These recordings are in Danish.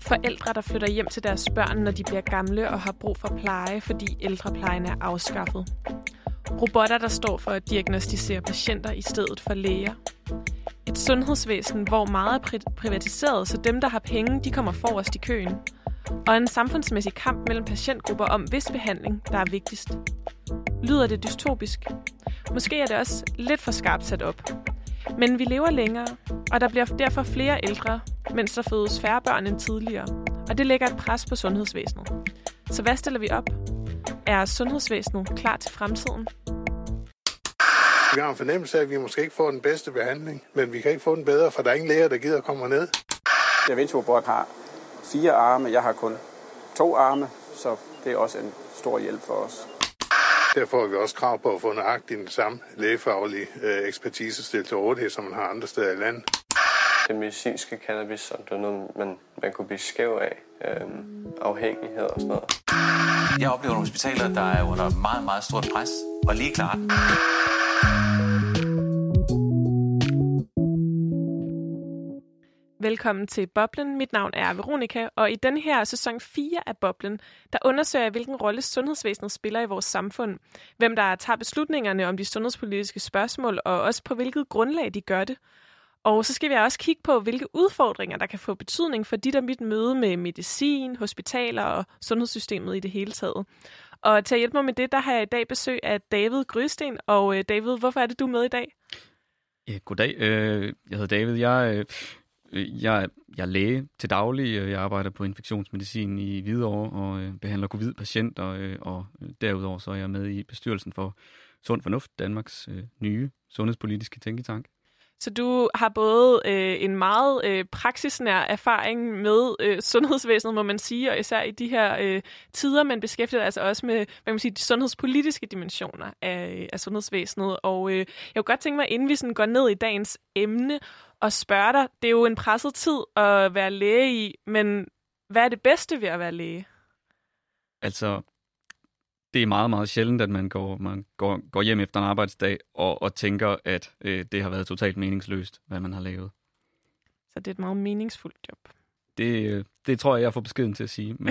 Forældre, der flytter hjem til deres børn, når de bliver gamle og har brug for pleje, fordi ældreplejen er afskaffet. Robotter, der står for at diagnostisere patienter i stedet for læger. Et sundhedsvæsen, hvor meget er privatiseret, så dem, der har penge, de kommer forrest i køen. Og en samfundsmæssig kamp mellem patientgrupper om, hvis behandling, der er vigtigst. Lyder det dystopisk? Måske er det også lidt for skarpt sat op. Men vi lever længere, og der bliver derfor flere ældre, mens der fødes færre børn end tidligere. Og det lægger et pres på sundhedsvæsenet. Så hvad stiller vi op? Er sundhedsvæsenet klar til fremtiden? Vi har en fornemmelse af, at vi måske ikke får den bedste behandling, men vi kan ikke få den bedre, for der er ingen læger, der gider komme ned. Da Vinci-robot har 4 arme, jeg har kun 2 arme, så det er også en stor hjælp for os. Derfor har vi også krav på at få nøjagtigt den samme lægefaglige ekspertise stillet til rådighed, som man har andre steder i landet. Det medicinske cannabis, så det er noget, man kunne blive skæv af. Afhængighed og sådan noget. Jeg oplever nogle hospitaler, der er under meget, meget stort pres, og lige klart. Velkommen til Boblen. Mit navn er Veronica, og i denne her sæson 4 af Boblen, der undersøger jeg, hvilken rolle sundhedsvæsenet spiller i vores samfund. Hvem der tager beslutningerne om de sundhedspolitiske spørgsmål, og også på hvilket grundlag de gør det. Og så skal vi også kigge på, hvilke udfordringer, der kan få betydning for dit og mit møde med medicin, hospitaler og sundhedssystemet i det hele taget. Og til at hjælpe mig med det, der har jeg i dag besøg af David Grysten. Og David, hvorfor er det, du er med i dag? Ja, goddag. Jeg hedder David. Jeg er læge til daglig. Jeg arbejder på infektionsmedicin i Hvidovre og behandler covid-patienter. Og derudover så er jeg med i bestyrelsen for Sund Fornuft, Danmarks nye sundhedspolitiske tænketank. Så du har både en meget praksisnær erfaring med sundhedsvæsenet, må man sige, og især i de her tider, men beskæftiger altså også med, hvad kan man sige, de sundhedspolitiske dimensioner af sundhedsvæsenet. Og jeg kunne godt tænke mig, inden vi sådan går ned i dagens emne og spørger dig, det er jo en presset tid at være læge i, men hvad er det bedste ved at være læge? Altså, det er meget, meget sjældent, at man går hjem efter en arbejdsdag og tænker, at det har været totalt meningsløst, hvad man har lavet. Så det er et meget meningsfuldt job. Det tror jeg får beskeden til at sige. Men,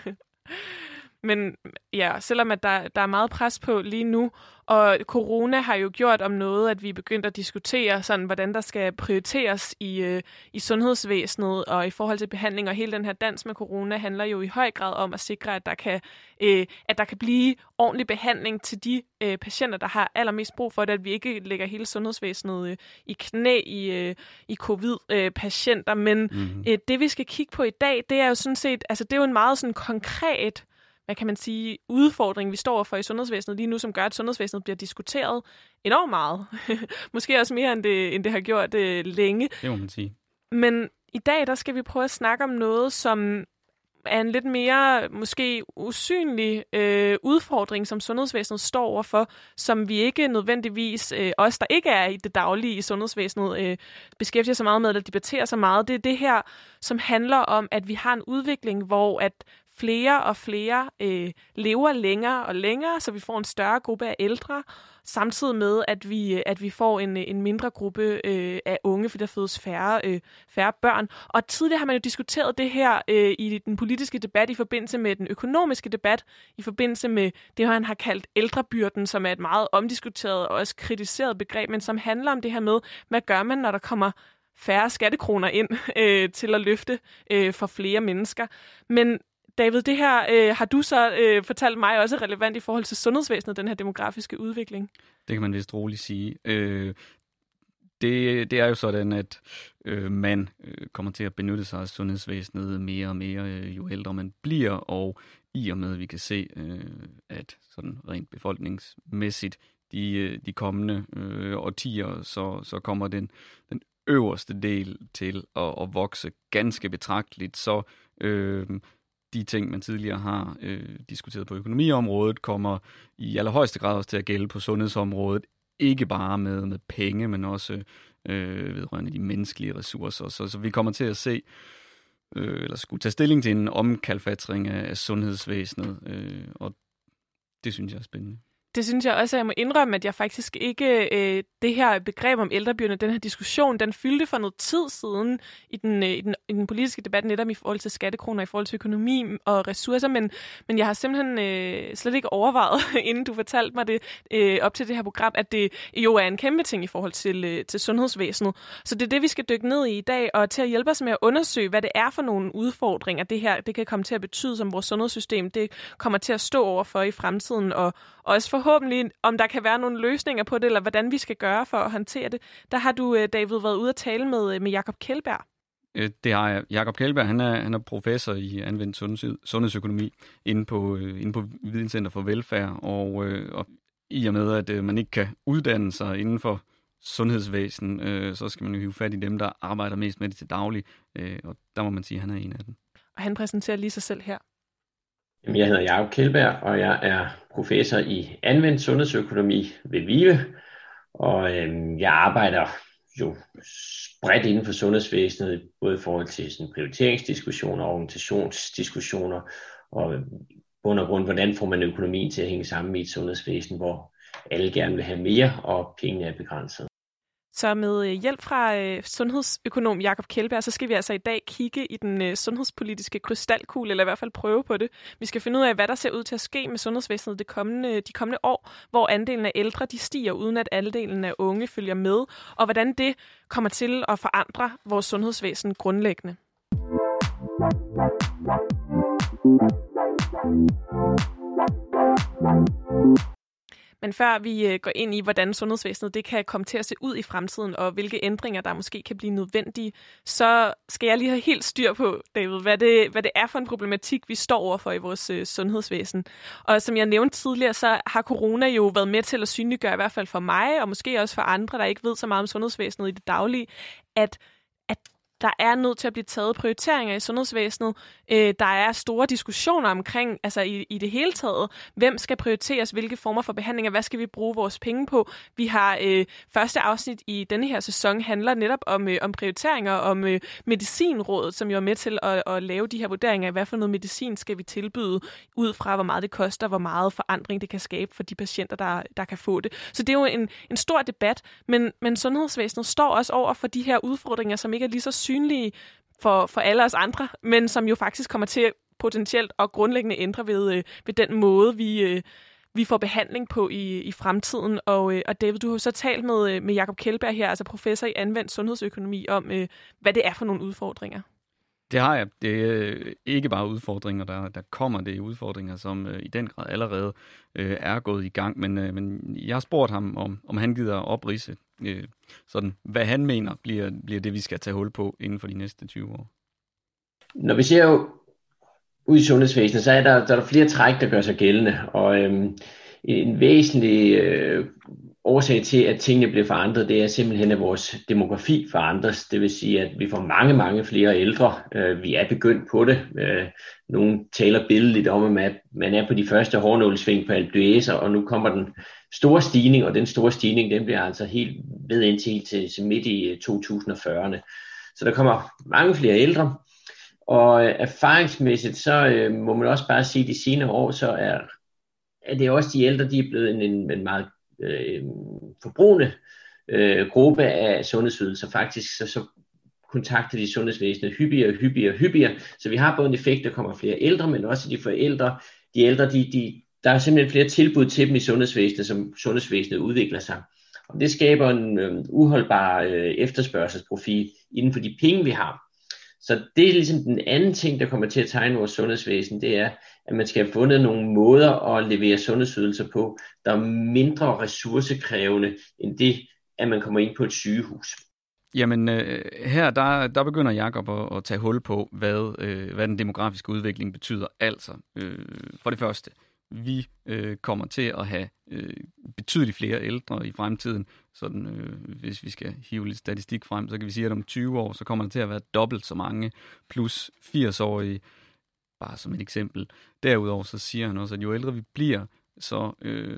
men ja, selvom at der er meget pres på lige nu, og corona har jo gjort om noget, at vi er begyndt at diskutere, sådan, hvordan der skal prioriteres i sundhedsvæsenet og i forhold til behandling. Og hele den her dans med corona handler jo i høj grad om at sikre, at der kan blive ordentlig behandling til de patienter, der har allermest brug for det, at vi ikke lægger hele sundhedsvæsenet i knæ i covid-patienter. Men det, vi skal kigge på i dag, det er jo sådan set, altså det er jo en meget sådan konkret, hvad kan man sige, udfordring, vi står for i sundhedsvæsenet lige nu, som gør, at sundhedsvæsenet bliver diskuteret enormt meget. Måske også mere, end det har gjort længe. Det må man sige. Men i dag, der skal vi prøve at snakke om noget, som er en lidt mere, måske usynlig udfordring, som sundhedsvæsenet står overfor, som vi ikke nødvendigvis, os der ikke er i det daglige i sundhedsvæsenet, beskæftiger sig meget med, eller debatterer så meget. Det er det her, som handler om, at vi har en udvikling, hvor at flere og flere lever længere og længere, så vi får en større gruppe af ældre, samtidig med, at vi får en mindre gruppe af unge, fordi der fødes færre børn. Og tidligere har man jo diskuteret det her i den politiske debat i forbindelse med den økonomiske debat, i forbindelse med det, han har kaldt ældrebyrden, som er et meget omdiskuteret og også kritiseret begreb, men som handler om det her med, hvad gør man, når der kommer færre skattekroner ind til at løfte for flere mennesker. Men David, det her har du så fortalt mig også er relevant i forhold til sundhedsvæsenet, den her demografiske udvikling. Det kan man vist roligt sige. Det er jo sådan, at man kommer til at benytte sig af sundhedsvæsenet mere og mere, jo ældre man bliver, og i og med, at vi kan se, at sådan rent befolkningsmæssigt de kommende årtier, så kommer den øverste del til at vokse ganske betragteligt, så de ting, man tidligere har diskuteret på økonomiområdet, kommer i allerhøjeste grad også til at gælde på sundhedsområdet. Ikke bare med penge, men også vedrørende de menneskelige ressourcer. Så vi kommer til at se, eller skulle tage stilling til en omkalfatring af sundhedsvæsenet, og det synes jeg er spændende. Det synes jeg også, at jeg må indrømme, at jeg faktisk ikke... det her begreb om ældrebyrden, den her diskussion, den fyldte for noget tid siden i den politiske debat, netop i forhold til skattekroner, i forhold til økonomi og ressourcer, men jeg har simpelthen slet ikke overvejet, inden du fortalte mig det op til det her program, at det jo er en kæmpe ting i forhold til sundhedsvæsenet. Så det er det, vi skal dykke ned i dag, og til at hjælpe os med at undersøge, hvad det er for nogle udfordringer, det kan komme til at betyde, som vores sundhedssystem det kommer til at stå overfor i fremtiden, og også forhåbentlig, om der kan være nogle løsninger på det, eller hvordan vi skal gøre for at håndtere det. Der har du, David, været ude at tale med Jacob Kjeldberg. Det har jeg. Jacob Kjeldberg, han er professor i anvendt sundhedsøkonomi inde på Videnscenter for Velfærd, og i og med, at man ikke kan uddanne sig inden for sundhedsvæsen, så skal man jo hive fat i dem, der arbejder mest med det til daglig, og der må man sige, at han er en af dem. Og han præsenterer lige sig selv her. Jeg hedder Jacob Kjeldberg, og jeg er professor i anvendt sundhedsøkonomi ved VIVE, og jeg arbejder jo bredt inden for sundhedsvæsenet, både i forhold til sådan prioriteringsdiskussioner, organisationsdiskussioner, og bund og grund, hvordan får man økonomien til at hænge sammen i et sundhedsvæsen, hvor alle gerne vil have mere, og pengene er begrænset. Så med hjælp fra sundhedsøkonom Jacob Kjeldberg, så skal vi altså i dag kigge i den sundhedspolitiske krystalkugle, eller i hvert fald prøve på det. Vi skal finde ud af, hvad der ser ud til at ske med sundhedsvæsenet de kommende år, hvor andelen af ældre de stiger, uden at andelen af unge følger med, og hvordan det kommer til at forandre vores sundhedsvæsen grundlæggende. Men før vi går ind i, hvordan sundhedsvæsenet det kan komme til at se ud i fremtiden, og hvilke ændringer, der måske kan blive nødvendige, så skal jeg lige have helt styr på, David, hvad det er for en problematik, vi står overfor i vores sundhedsvæsen. Og som jeg nævnte tidligere, så har corona jo været med til at synliggøre, i hvert fald for mig, og måske også for andre, der ikke ved så meget om sundhedsvæsenet i det daglige, at der er nødt til at blive taget prioriteringer i sundhedsvæsenet. Der er store diskussioner omkring, altså i det hele taget, hvem skal prioriteres, hvilke former for behandlinger, hvad skal vi bruge vores penge på. Vi har første afsnit i denne her sæson handler netop om prioriteringer, om medicinrådet, som jo er med til at lave de her vurderinger. Hvad for noget medicin skal vi tilbyde, ud fra hvor meget det koster, hvor meget forandring det kan skabe for de patienter, der kan få det. Så det er jo en stor debat, men sundhedsvæsenet står også over for de her udfordringer, som ikke er lige så synlige for alle os andre, men som jo faktisk kommer til potentielt og grundlæggende ændre ved den måde, vi får behandling på i fremtiden. Og David, du har så talt med Jacob Kjeldberg her, altså professor i anvendt sundhedsøkonomi, om hvad det er for nogle udfordringer. Det har jeg. Det er ikke bare udfordringer, der kommer. Det er udfordringer, som i den grad allerede er gået i gang. Men jeg har spurgt ham, om han gider opridse sådan, hvad han mener bliver det, vi skal tage hul på inden for de næste 20 år. Når vi ser jo ud i sundhedsvæsenet, så er der flere træk, der gør sig gældende. Og en væsentlig årsag til, at tingene bliver forandret, det er simpelthen, at vores demografi forandres. Det vil sige, at vi får mange, mange flere ældre. Vi er begyndt på det. Nogle taler billedligt om, at man er på de første hårnålesving på Alpe d'Huez, og nu kommer den store stigning, og den store stigning, den bliver altså helt ved indtil til midt i 2040'erne. Så der kommer mange flere ældre, og erfaringsmæssigt, så må man også bare sige, at de senere år, så er det også de ældre, de er blevet en meget forbrugende gruppe af sundhedsydelser. Faktisk så kontakter de sundhedsvæsenet hyppigere. Så vi har både en effekt, der kommer flere ældre, men også de forældre. De ældre, der er simpelthen flere tilbud til dem i sundhedsvæsenet, som sundhedsvæsenet udvikler sig. Og det skaber en uholdbar efterspørgselsprofil inden for de penge, vi har. Så det er ligesom den anden ting, der kommer til at tegne vores sundhedsvæsen, det er, at man skal have fundet nogle måder at levere sundhedsydelser på, der er mindre ressourcekrævende end det, at man kommer ind på et sygehus. Jamen her, der begynder Jacob at tage hul på, hvad den demografiske udvikling betyder. Altså, for det første, vi kommer til at have betydeligt flere ældre i fremtiden. Sådan, hvis vi skal hive lidt statistik frem, så kan vi sige, at om 20 år, så kommer der til at være dobbelt så mange plus 80-årige, bare som et eksempel. Derudover så siger han også, at jo ældre vi bliver, så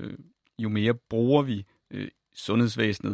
jo mere bruger vi sundhedsvæsenet,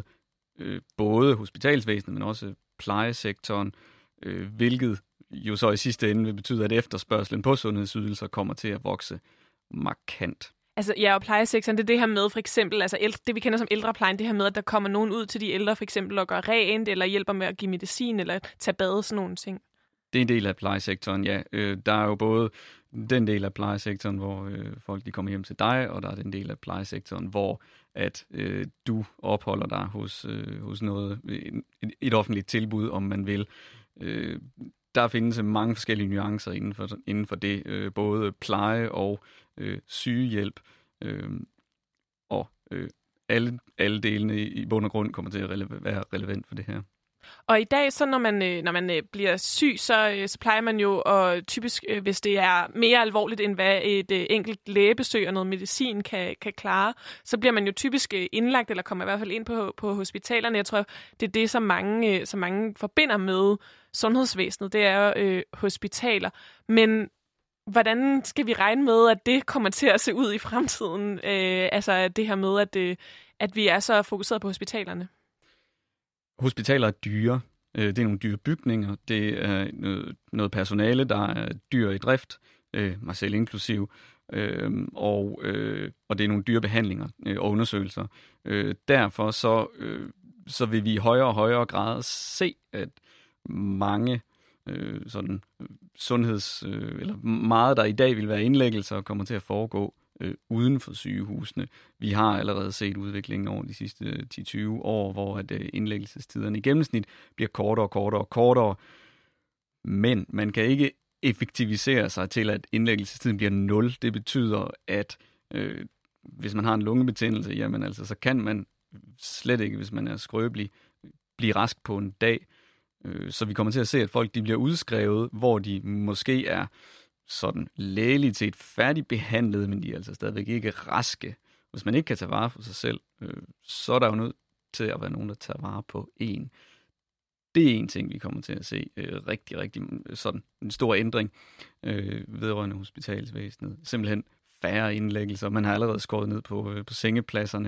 både hospitalsvæsenet, men også plejesektoren, hvilket jo så i sidste ende vil betyde, at efterspørgselen på sundhedsydelser kommer til at vokse markant. Altså, ja, og plejesektoren, det er det her med, for eksempel, altså det vi kender som ældreplejen, det her med, at der kommer nogen ud til de ældre, for eksempel, og gør rent, eller hjælper med at give medicin, eller tage bade, sådan nogle ting. Det er en del af plejesektoren, ja. Der er jo både den del af plejesektoren, hvor folk de kommer hjem til dig, og der er den del af plejesektoren, hvor at du opholder dig hos noget, et offentligt tilbud, om man vil. Der findes mange forskellige nuancer inden for det, både pleje og sygehjælp, og alle delene i bund og grund kommer til at være relevant for det her. Og i dag, så når man bliver syg, så plejer man jo, og typisk, hvis det er mere alvorligt, end hvad et enkelt lægebesøg og noget medicin kan klare, så bliver man jo typisk indlagt, eller kommer i hvert fald ind på hospitalerne. Jeg tror, det er det, som mange forbinder med sundhedsvæsenet, det er hospitaler. Men hvordan skal vi regne med, at det kommer til at se ud i fremtiden? Altså det her med, at vi er så fokuseret på hospitalerne. Hospitaler er dyre. Det er nogle dyre bygninger. Det er noget personale, der er dyr i drift, mig selv inklusiv. Og det er nogle dyre behandlinger og undersøgelser. Derfor så vil vi i højere og højere grad se, at mange eller meget, der i dag vil være indlæggelser, kommer til at foregå uden for sygehusene. Vi har allerede set udviklingen over de sidste 10-20 år, hvor at indlæggelsestiderne i gennemsnit bliver kortere. Men man kan ikke effektivisere sig til, at indlæggelsestiden bliver 0. Det betyder, at hvis man har en lungebetændelse, jamen altså, så kan man slet ikke, hvis man er skrøbelig, blive rask på en dag. Så vi kommer til at se, at folk de bliver udskrevet, hvor de måske er sådan lægeligt set færdigbehandlet, men de er altså stadigvæk ikke raske. Hvis man ikke kan tage vare på sig selv, så er der jo nødt til at være nogen, der tager vare på en. Det er en ting, vi kommer til at se rigtig sådan en stor ændring vedrørende hospitalsvæsenet. Simpelthen færre indlæggelser. Man har allerede skåret ned på sengepladserne,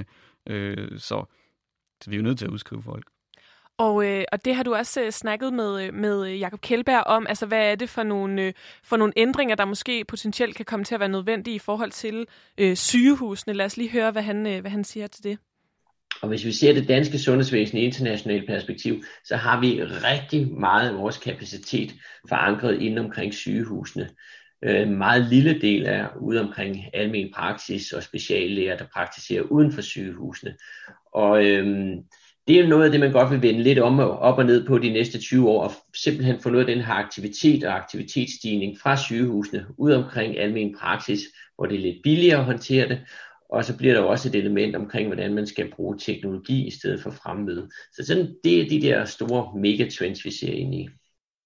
så vi er jo nødt til at udskrive folk. Og det har du også snakket med Jakob Kjeldberg om. Altså, hvad er det for nogle ændringer, der måske potentielt kan komme til at være nødvendige i forhold til sygehusene? Lad os lige høre, hvad han siger til det. Og hvis vi ser det danske sundhedsvæsen i internationalt perspektiv, så har vi rigtig meget af vores kapacitet forankret inden omkring sygehusene. En meget lille del er ude omkring almen praksis og speciallæger, der praktiserer uden for sygehusene. Og det er noget af det, man godt vil vende lidt op og ned på de næste 20 år, og simpelthen få noget af den her aktivitet og aktivitetsstigning fra sygehusene ud omkring almen praksis, hvor det er lidt billigere at håndtere det, og så bliver der også et element omkring, hvordan man skal bruge teknologi i stedet for fremmøde. Så sådan, det er de der store megatrends, vi ser ind i.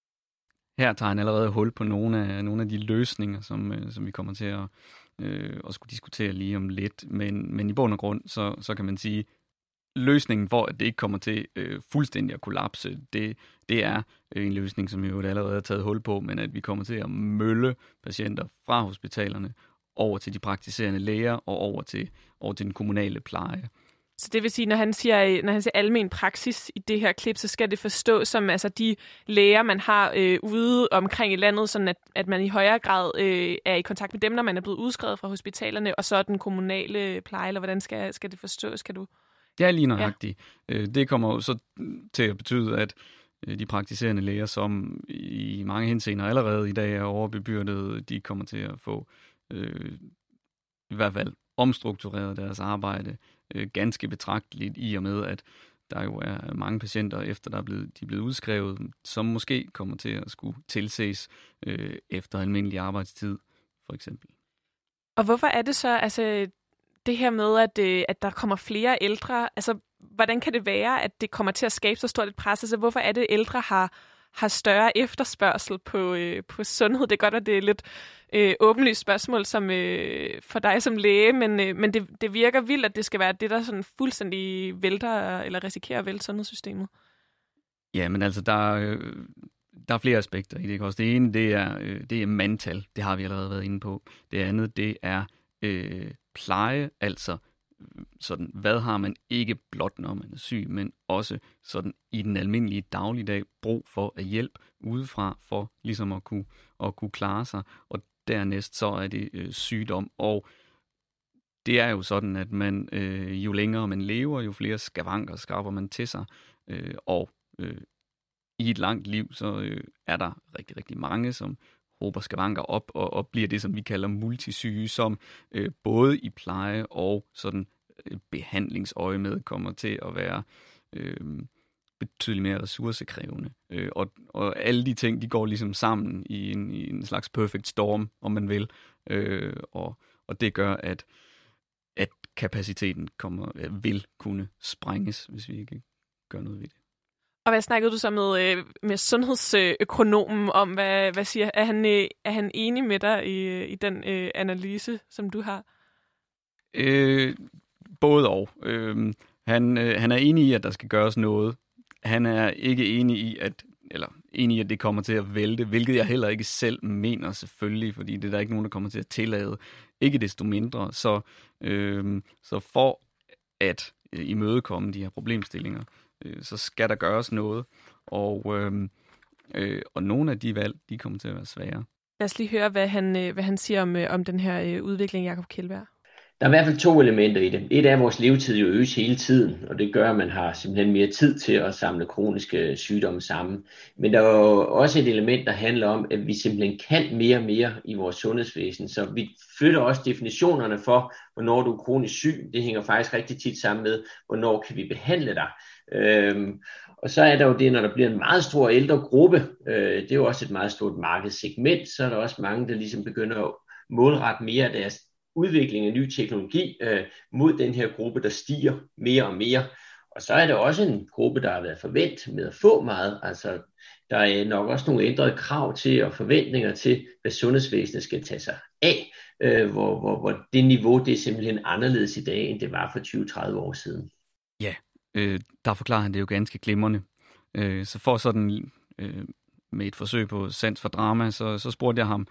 Her tager han allerede hul på nogle af de løsninger, som vi kommer til at skulle diskutere lige om lidt. Men i bund og grund, så kan man sige, løsningen for, at det ikke kommer til fuldstændig at kollapse, det er en løsning, som jo allerede er taget hul på, men at vi kommer til at mølle patienter fra hospitalerne over til de praktiserende læger og over til den kommunale pleje. Så det vil sige, når han siger almen praksis i det her klip, så skal det forstås som altså de læger, man har ude omkring i landet, sådan at man i højere grad er i kontakt med dem, når man er blevet udskrevet fra hospitalerne, og så den kommunale pleje, eller hvordan skal det forstås? Skal du... Ja, lige nøjagtigt. Ja. Det kommer jo så til at betyde, at de praktiserende læger, som i mange henseender allerede i dag er overbebyrdet, de kommer til at få i hvert fald omstruktureret deres arbejde ganske betragteligt, i og med, at der jo er mange patienter, efter de er blevet udskrevet, som måske kommer til at skulle tilses efter almindelig arbejdstid, for eksempel. Og hvorfor er det så, altså det her med, at der kommer flere ældre, altså hvordan kan det være, at det kommer til at skabe så stort et pres? Altså hvorfor er det, at ældre har større efterspørgsel på sundhed? Det er godt, at det er lidt åbenlyst spørgsmål for dig som læge, men det virker vildt, at det skal være det, der sådan fuldstændig vælter eller risikerer at vælte sundhedssystemet. Ja, men altså, der er flere aspekter i det. Ikke? Også det ene, det er mandtal. Det har vi allerede været inde på. Det andet, det er pleje, altså sådan, hvad har man ikke blot, når man er syg, men også sådan i den almindelige dagligdag brug for at hjælp udefra, for ligesom at kunne klare sig. Og dernæst så er det sygdom. Og det er jo sådan, at man jo længere man lever, jo flere skavanker skraber man til sig. Og i et langt liv, så er der rigtig, rigtig mange, som hober skavanker op og bliver det, som vi kalder multisyge, som både i pleje og sådan behandlingsøje med kommer til at være betydeligt mere ressourcekrævende. Og alle de ting, de går ligesom sammen i en slags perfect storm, om man vil. Og det gør, at kapaciteten vil kunne sprænges, hvis vi ikke gør noget ved det. Og hvad snakkede du så med sundhedsøkonomen om? Hvad siger? Er han enig med dig i den analyse, som du har? Både og. Han er enig i, at der skal gøres noget. Han er ikke enig i, at det kommer til at vælte, hvilket jeg heller ikke selv mener selvfølgelig, fordi det er der ikke nogen, der kommer til at tillade. Ikke desto mindre. Så for at imødekomme de her problemstillinger, så skal der gøres noget. Og nogle af de valg, de kommer til at være svære. Lad os lige høre, hvad han siger om den her udvikling, Jakob Kjeldbjerg. Der er i hvert fald 2 elementer i det. Et er, at vores levetid jo øges hele tiden, og det gør, at man har simpelthen mere tid til at samle kroniske sygdomme sammen. Men der er jo også et element, der handler om, at vi simpelthen kan mere og mere i vores sundhedsvæsen. Så vi flytter også definitionerne for, hvornår du er kronisk syg. Det hænger faktisk rigtig tit sammen med, hvornår kan vi behandle dig. Og så er der jo det, når der bliver en meget stor ældre gruppe, det er jo også et meget stort markedssegment, så er der også mange, der ligesom begynder at målrette mere af deres udvikling af ny teknologi mod den her gruppe, der stiger mere og mere. Og så er der også en gruppe, der har været forventet med at få meget. Altså, der er nok også nogle ændrede krav til og forventninger til, hvad sundhedsvæsenet skal tage sig af, hvor det niveau, det er simpelthen anderledes i dag, end det var for 20-30 år siden. Ja, der forklarer han det jo ganske glimrende. Så for sådan med et forsøg på sans for drama, så spurgte jeg ham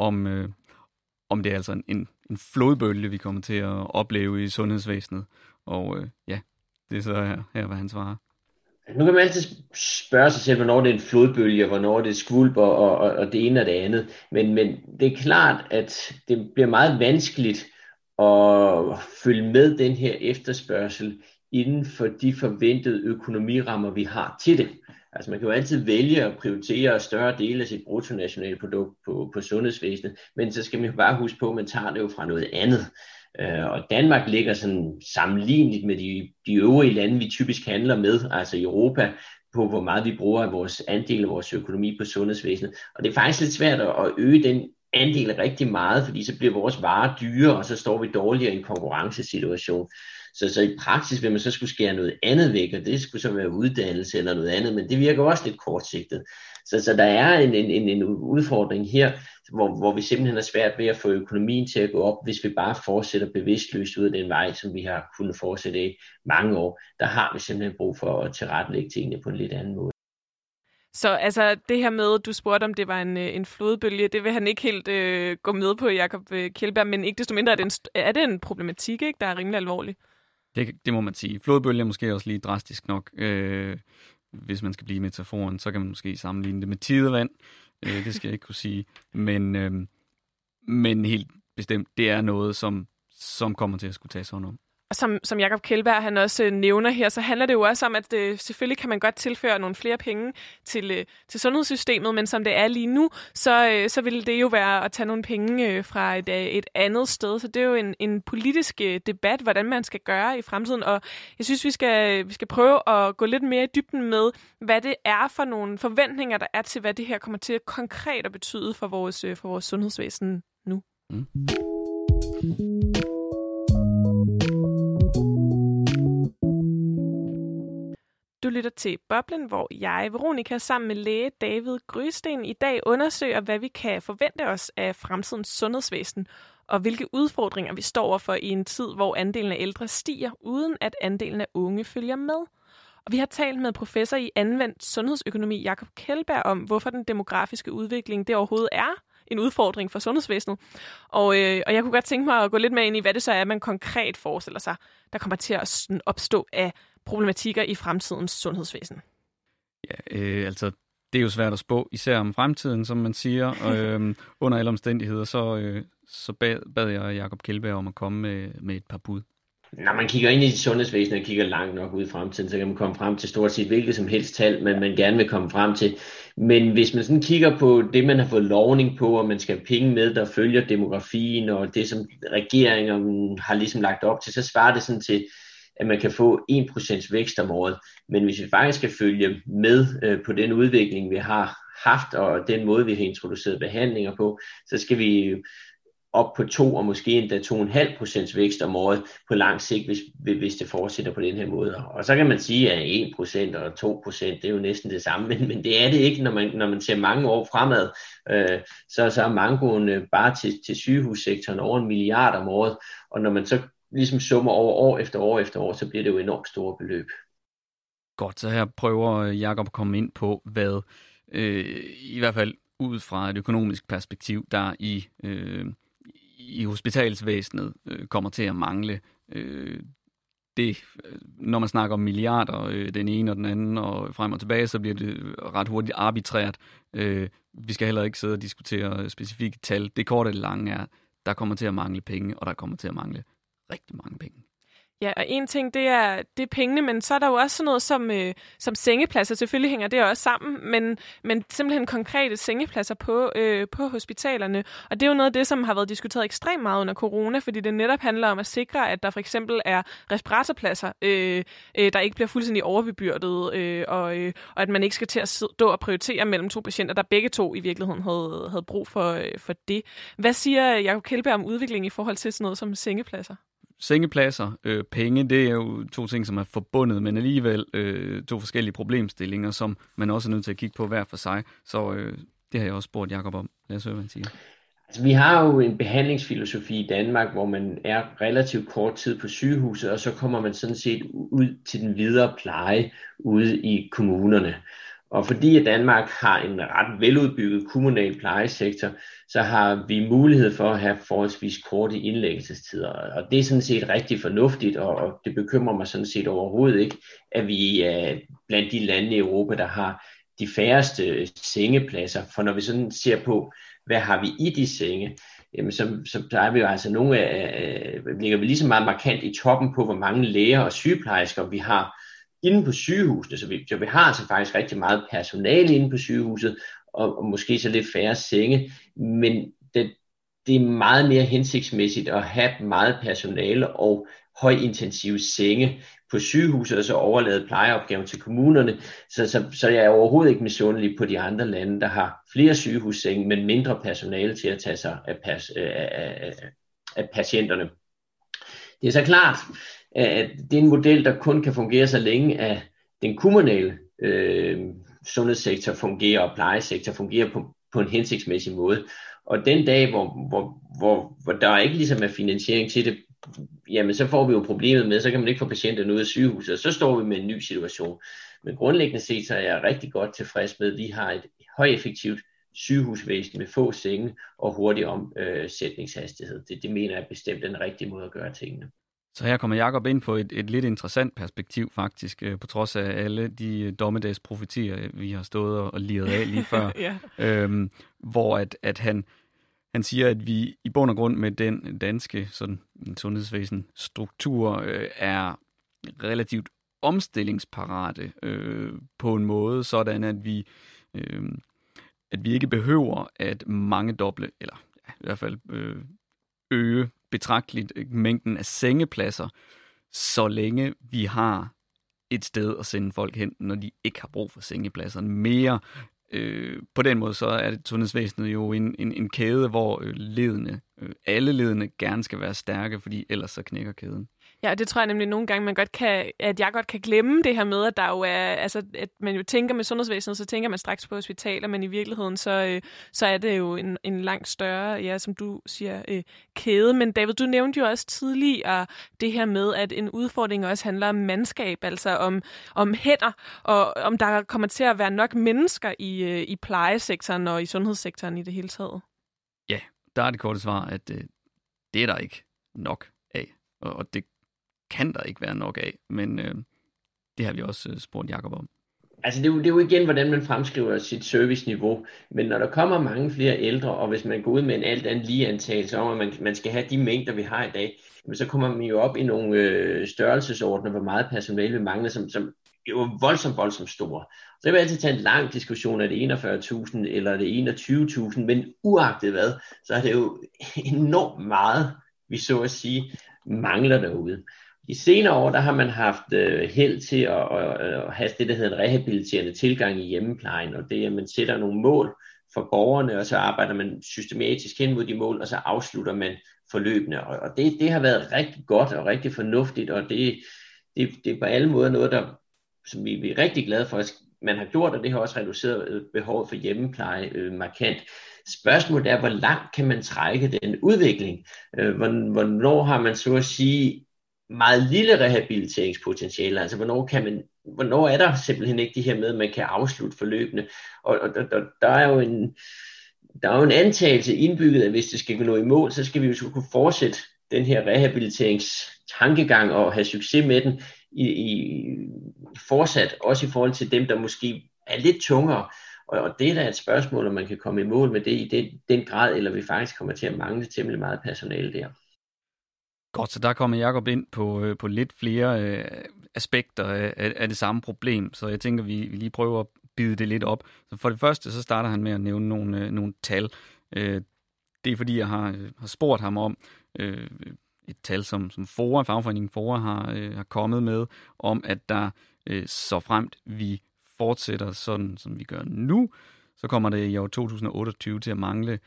om det er altså en flodbølge, vi kommer til at opleve i sundhedsvæsenet. Og det er så her, hvad han svarer. Nu kan man altid spørge sig selv, hvornår det er en flodbølge, og hvornår det er skvulp, og det ene og det andet. Men det er klart, at det bliver meget vanskeligt at følge med den her efterspørgsel inden for de forventede økonomirammer, vi har til det. Altså man kan jo altid vælge at prioritere større dele af sit bruttonationalprodukt på sundhedsvæsenet, men så skal man jo bare huske på, at man tager det jo fra noget andet. Og Danmark ligger sådan sammenligneligt med de øvrige lande, vi typisk handler med, altså i Europa, på hvor meget vi bruger af vores andel af vores økonomi på sundhedsvæsenet. Og det er faktisk lidt svært at øge den andel rigtig meget, fordi så bliver vores varer dyre, og så står vi dårligere i en konkurrencesituation. Så i praksis vil man så skulle skære noget andet væk, og det skulle så være uddannelse eller noget andet, men det virker også lidt kortsigtet. Så der er en udfordring her, hvor vi simpelthen er svært ved at få økonomien til at gå op, hvis vi bare fortsætter bevidstløst ud af den vej, som vi har kunnet fortsætte i mange år. Der har vi simpelthen brug for at tilrettelægge tingene på en lidt anden måde. Så altså det her med, du spurgte, om det var en flodbølge, det vil han ikke helt gå med på, Jakob Kjeldbjerg, men ikke desto mindre er det en problematik, ikke, der er rimelig alvorlig. Det må man sige. Flodbølge er måske også lige drastisk nok. Hvis man skal blive metaforen, så kan man måske sammenligne det med tidevand. Det skal jeg ikke kunne sige. Men helt bestemt, det er noget, som kommer til at skulle tages hånd om. Og som Jakob Kjeldbjerg han også nævner her, så handler det jo også om, at selvfølgelig kan man godt tilføre nogle flere penge til sundhedssystemet, men som det er lige nu, så vil det jo være at tage nogle penge fra et andet sted. Så det er jo en politisk debat, hvordan man skal gøre i fremtiden. Og jeg synes, vi skal prøve at gå lidt mere i dybden med, hvad det er for nogle forventninger, der er til, hvad det her kommer til konkret at betyde for vores sundhedsvæsen nu. Mm. Du lytter til Boblen, hvor jeg, Veronica, sammen med læge David Grysten i dag undersøger, hvad vi kan forvente os af fremtidens sundhedsvæsen, og hvilke udfordringer vi står overfor i en tid, hvor andelen af ældre stiger, uden at andelen af unge følger med. Og vi har talt med professor i anvendt sundhedsøkonomi Jakob Kjeldbjerg om, hvorfor den demografiske udvikling det overhovedet er en udfordring for sundhedsvæsenet. Og jeg kunne godt tænke mig at gå lidt mere ind i, hvad det så er, man konkret forestiller sig, der kommer til at opstå af problematikker i fremtidens sundhedsvæsen. Ja, altså det er jo svært at spå, især om fremtiden, som man siger. Under alle omstændigheder, så bad jeg Jacob Kjeldberg om at komme med et par bud. Når man kigger ind i sundhedsvæsenet og kigger langt nok ud i fremtiden, så kan man komme frem til stort set hvilket som helst tal, man gerne vil komme frem til. Men hvis man sådan kigger på det, man har fået lovning på, og man skal have penge med, der følger demografien, og det, som regeringen har ligesom lagt op til, så svarer det sådan til, at man kan få 1% vækst om året. Men hvis vi faktisk skal følge med på den udvikling, vi har haft, og den måde, vi har introduceret behandlinger på, så skal vi op på 2 og måske endda 2,5% vækst om året på lang sigt, hvis det fortsætter på den her måde. Og så kan man sige, at 1% og 2%, det er jo næsten det samme, men det er det ikke, når man ser mange år fremad. Så er mangoen bare til sygehussektoren over 1 milliard om året, og når man så ligesom summer over år efter år efter år, så bliver det jo enormt store beløb. Godt, så her prøver Jacob at komme ind på, hvad i hvert fald ud fra et økonomisk perspektiv, der i hospitalsvæsenet kommer til at mangle. Det, når man snakker om milliarder, den ene og den anden, og frem og tilbage, så bliver det ret hurtigt arbitrært. Vi skal heller ikke sidde og diskutere specifikke tal. Det korte og det lange er, der kommer til at mangle penge, og der kommer til at mangle rigtig mange penge. Ja, og en ting, det er pengene, men så er der jo også sådan noget som sengepladser. Selvfølgelig hænger det også sammen, men simpelthen konkrete sengepladser på hospitalerne. Og det er jo noget af det, som har været diskuteret ekstremt meget under corona, fordi det netop handler om at sikre, at der for eksempel er respiratorpladser, der ikke bliver fuldstændig overbebyrdet, og at man ikke skal til at stå og prioritere mellem 2 patienter, der begge to i virkeligheden havde brug for det. Hvad siger Jacob Kjeldberg om udviklingen i forhold til sådan noget som sengepladser? Sengepladser, penge, det er jo 2 ting, som er forbundet, men alligevel 2 forskellige problemstillinger, som man også er nødt til at kigge på hver for sig. Så det har jeg også spurgt Jacob om. Lad os høre, hvad han siger. Altså, vi har jo en behandlingsfilosofi i Danmark, hvor man er relativt kort tid på sygehuset, og så kommer man sådan set ud til den videre pleje ude i kommunerne. Og fordi at Danmark har en ret veludbygget kommunal plejesektor, så har vi mulighed for at have forholdsvis korte indlæggelsestider. Og det er sådan set rigtig fornuftigt, og det bekymrer mig sådan set overhovedet ikke, at vi er blandt de lande i Europa, der har de færreste sengepladser. For når vi sådan ser på, hvad har vi i de senge, jamen så er vi jo altså ligger vi lige så meget markant i toppen på, hvor mange læger og sygeplejersker vi har inde på sygehusene, så vi har altså faktisk rigtig meget personale inde på sygehuset, og måske så lidt færre senge, men det er meget mere hensigtsmæssigt at have meget personale og højintensive senge på sygehuset, og så overlade plejeopgaven til kommunerne, så jeg er overhovedet ikke misundelig på de andre lande, der har flere sygehussenge, men mindre personale til at tage sig af patienterne. Det er så klart, at det er en model, der kun kan fungere så længe, at den kommunale sundhedssektor fungerer, og plejesektor fungerer på en hensigtsmæssig måde. Og den dag, hvor der ikke ligesom er finansiering til det, jamen så får vi jo problemet med, så kan man ikke få patienterne ud af sygehuset, og så står vi med en ny situation. Men grundlæggende set, så er jeg rigtig godt tilfreds med, at vi har et højeffektivt sygehusvæsen med få senge og hurtig omsætningshastighed. Det mener jeg bestemt er den rigtige måde at gøre tingene. Så her kommer Jacob ind på et lidt interessant perspektiv faktisk, på trods af alle de dommedagsprofetier, vi har stået og liret af lige før, ja. Hvor at han siger, at vi i bund og grund med den danske sådan, sundhedsvæsen struktur er relativt omstillingsparate på en måde, sådan at vi ikke behøver at mangedoble, eller ja, i hvert fald øge betragteligt mængden af sengepladser, så længe vi har et sted at sende folk hen, når de ikke har brug for sengepladser. Mere på den måde, så er det sundhedsvæsenet jo en kæde, hvor alle ledene gerne skal være stærke, fordi ellers så knækker kæden. Ja, det tror jeg nemlig nogle gange, at jeg godt kan glemme det her med, at der jo er, altså, at man jo tænker med sundhedsvæsenet, så tænker man straks på hospitaler, men i virkeligheden, så er det jo en langt større, ja, som du siger, kæde. Men David, du nævnte jo også tidligere det her med, at en udfordring også handler om mandskab, altså om hænder, og om der kommer til at være nok mennesker i plejesektoren og i sundhedssektoren i det hele taget. Ja, der er det korte svar, at det er der ikke nok af, og det kan der ikke være nok af, men det har vi også spurgt Jacob om. Altså det er jo igen, hvordan man fremskriver sit serviceniveau. Men når der kommer mange flere ældre, og hvis man går ud med en alt andet lige antagelse om, at man skal have de mængder, vi har i dag, så kommer man jo op i nogle størrelsesordner, hvor meget personale vi mangler, som jo er voldsomt store. Så jeg vil altid tage en lang diskussion af det 41.000 eller det 21.000, men uagtet hvad, så er det jo enormt meget, vi så at sige, mangler derude. I senere år, der har man haft held til at have det, der hedder en rehabiliterende tilgang i hjemmeplejen, og det er, at man sætter nogle mål for borgerne, og så arbejder man systematisk hen mod de mål, og så afslutter man forløbene. Og det har været rigtig godt og rigtig fornuftigt, og det er på alle måder noget, som vi er rigtig glade for, at man har gjort, og det har også reduceret behovet for hjemmepleje markant. Spørgsmålet er, hvor langt kan man trække den udvikling? Hvornår har man så at sige meget lille rehabiliteringspotentiale, altså hvornår er der simpelthen ikke det her med, at man kan afslutte forløbene, og der er jo en antagelse indbygget, at hvis det skal nå i mål, så skal vi jo kunne fortsætte den her rehabiliteringstankegang og have succes med den i fortsat, også i forhold til dem, der måske er lidt tungere, og det er da et spørgsmål, om man kan komme i mål med det i den grad, eller vi faktisk kommer til at mangle temmelig meget personale der. Godt, så der kommer Jakob ind på lidt flere aspekter af det samme problem, så jeg tænker, vi lige prøver at bide det lidt op. Så for det første, så starter han med at nævne nogle tal. Det er fordi, jeg har spurgt ham om et tal, som fagforeningen FOA har kommet med, om at der så fremt vi fortsætter sådan, som vi gør nu, så kommer det i år 2028 til at mangle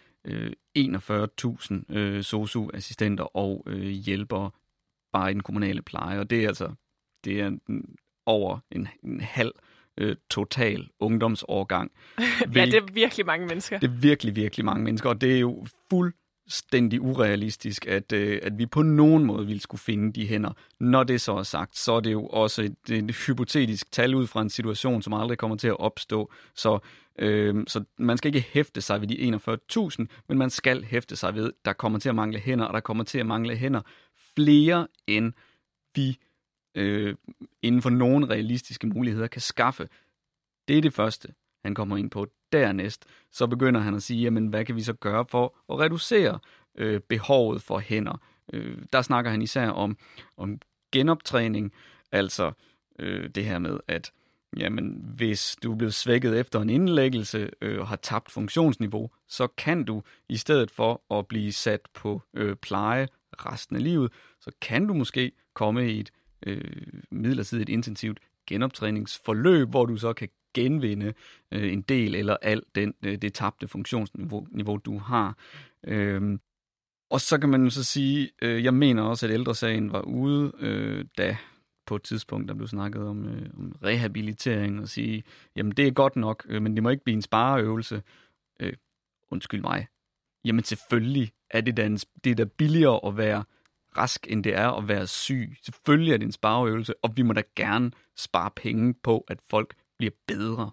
41.000 sosu-assistenter og hjælpere bare i den kommunale pleje. Og det er over en halv total ungdomsårgang. Ja, det er virkelig mange mennesker. Det er virkelig, virkelig mange mennesker, og det er jo fuldstændig urealistisk, at vi på nogen måde ville skulle finde de hænder. Når det så er sagt, så er det jo også et hypotetisk tal ud fra en situation, som aldrig kommer til at opstå. Så man skal ikke hæfte sig ved de 41.000, men man skal hæfte sig ved, der kommer til at mangle hænder, og der kommer til at mangle hænder flere, end vi inden for nogle realistiske muligheder kan skaffe. Det er det første, han kommer ind på. Dernæst, så begynder han at sige, jamen, hvad kan vi så gøre for at reducere behovet for hænder? Der snakker han især om genoptræning, altså det her med, at jamen, hvis du er blevet svækket efter en indlæggelse og har tabt funktionsniveau, så kan du i stedet for at blive sat på pleje resten af livet, så kan du måske komme i et midlertidigt intensivt genoptræningsforløb, hvor du så kan genvinde en del eller alt det tabte funktionsniveau, du har. Og så kan man jo så sige, jeg mener også, at Ældresagen var ude, da på et tidspunkt, der blev snakket om rehabilitering, og sige, jamen det er godt nok, men det må ikke blive en spareøvelse. Undskyld mig. Jamen selvfølgelig er det da billigere at være rask, end det er at være syg. Selvfølgelig er det en spareøvelse, og vi må da gerne spare penge på, at folk bliver bedre.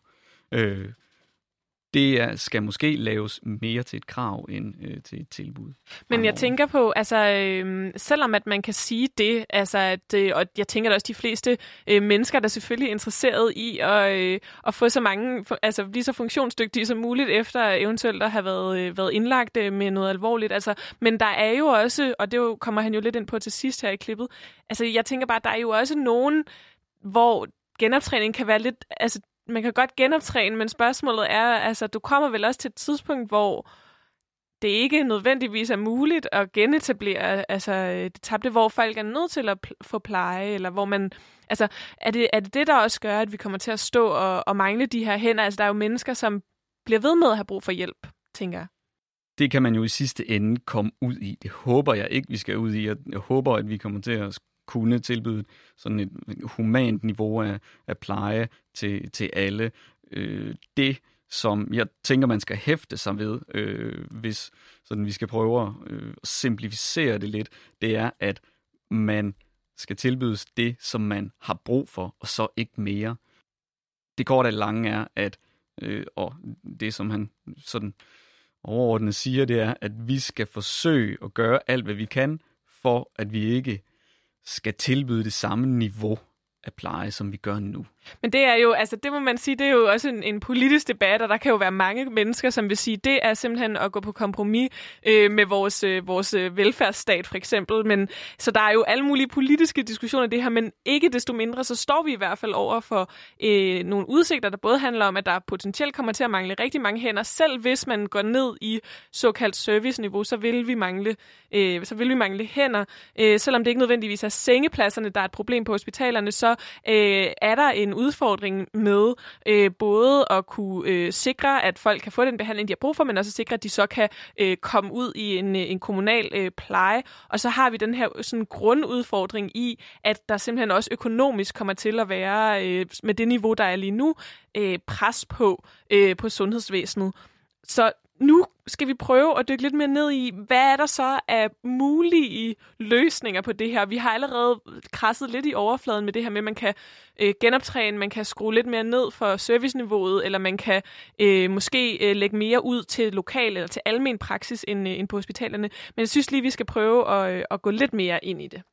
Det skal måske laves mere til et krav end til et tilbud. Men jeg tænker på, altså selvom at man kan sige det, altså og jeg tænker at også de fleste mennesker, der selvfølgelig er interesseret i at få så mange, altså blive så funktionsdygtige som muligt efter eventuelt at have været indlagt med noget alvorligt. Altså, men der er jo også, og det kommer han jo lidt ind på til sidst her i klippet. Altså jeg tænker bare, der er jo også nogen, hvor genoptræning kan være lidt, altså man kan godt genoptræne, men spørgsmålet er, altså du kommer vel også til et tidspunkt, hvor det ikke nødvendigvis er muligt at genetablere altså det tabte, hvor folk er nødt til at få pleje, eller hvor man, altså er det der også gør, at vi kommer til at stå og mangle de her hænder? Altså der er jo mennesker, som bliver ved med at have brug for hjælp, tænker jeg. Det kan man jo i sidste ende komme ud i. Det håber jeg ikke, vi skal ud i. Jeg håber, at vi kommer til at kunne tilbyde sådan et humant niveau af pleje til alle. Det, som jeg tænker, man skal hæfte sig ved, hvis sådan vi skal prøve at simplificere det lidt, det er, at man skal tilbydes det, som man har brug for, og så ikke mere. Det korte og lange er, at og det, som han sådan overordnet siger, det er, at vi skal forsøge at gøre alt, hvad vi kan, for at vi ikke skal tilbyde det samme niveau af pleje, som vi gør nu. Men det er jo, altså det må man sige, det er jo også en politisk debat, og der kan jo være mange mennesker, som vil sige, det er simpelthen at gå på kompromis med vores velfærdsstat for eksempel. Men så der er jo alle mulige politiske diskussioner i det her, men ikke desto mindre, så står vi i hvert fald over for nogle udsigter, der både handler om, at der potentielt kommer til at mangle rigtig mange hænder. Selv hvis man går ned i såkaldt serviceniveau, så vil vi mangle hænder. Selvom det ikke nødvendigvis er sengepladserne, der er et problem på hospitalerne, så er der en udfordring med både at kunne sikre, at folk kan få den behandling, de har brug for, men også sikre, at de så kan komme ud i en kommunal pleje. Og så har vi den her sådan grundudfordring i, at der simpelthen også økonomisk kommer til at være, med det niveau, der er lige nu, pres på sundhedsvæsenet. Så nu skal vi prøve at dykke lidt mere ned i, hvad er der så af mulige løsninger på det her. Vi har allerede krasset lidt i overfladen med det her med, at man kan genoptræne, man kan skrue lidt mere ned for serviceniveauet, eller man kan måske lægge mere ud til lokal eller til almen praksis end på hospitalerne. Men jeg synes lige, vi skal prøve at gå lidt mere ind i det.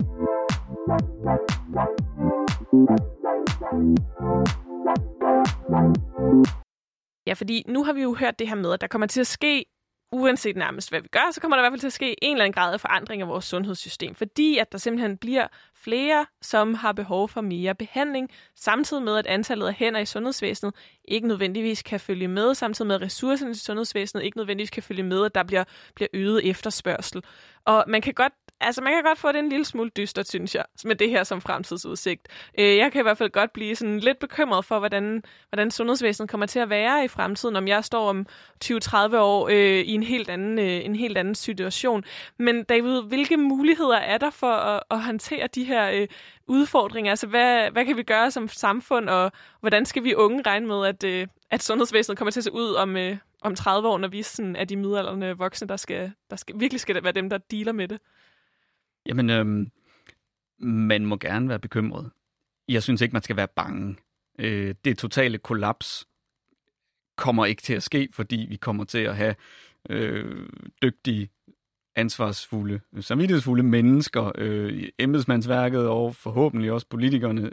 Ja, fordi nu har vi jo hørt det her med, at der kommer til at ske, uanset nærmest hvad vi gør, så kommer der i hvert fald til at ske en eller anden grad af forandring af vores sundhedssystem, fordi at der simpelthen bliver flere, som har behov for mere behandling, samtidig med, at antallet af hænder i sundhedsvæsenet ikke nødvendigvis kan følge med, samtidig med, at ressourcerne i sundhedsvæsenet ikke nødvendigvis kan følge med, at der bliver øget efterspørgsel. Og man kan godt få det en lille smule dystert, synes jeg, med det her som fremtidsudsigt. Jeg kan i hvert fald godt blive sådan lidt bekymret for, hvordan sundhedsvæsenet kommer til at være i fremtiden, om jeg står om 20-30 år i en helt anden situation. Men David, hvilke muligheder er der for at håndtere de her udfordringer? Altså, hvad kan vi gøre som samfund, og hvordan skal vi unge regne med, at sundhedsvæsenet kommer til at se ud om 30 år, når vi sådan er de midaldrende voksne, der virkelig skal være dem, der dealer med det? Jamen, man må gerne være bekymret. Jeg synes ikke, man skal være bange. Det totale kollaps kommer ikke til at ske, fordi vi kommer til at have dygtige, ansvarsfulde, samvittighedsfulde mennesker, embedsmandsværket og forhåbentlig også politikerne,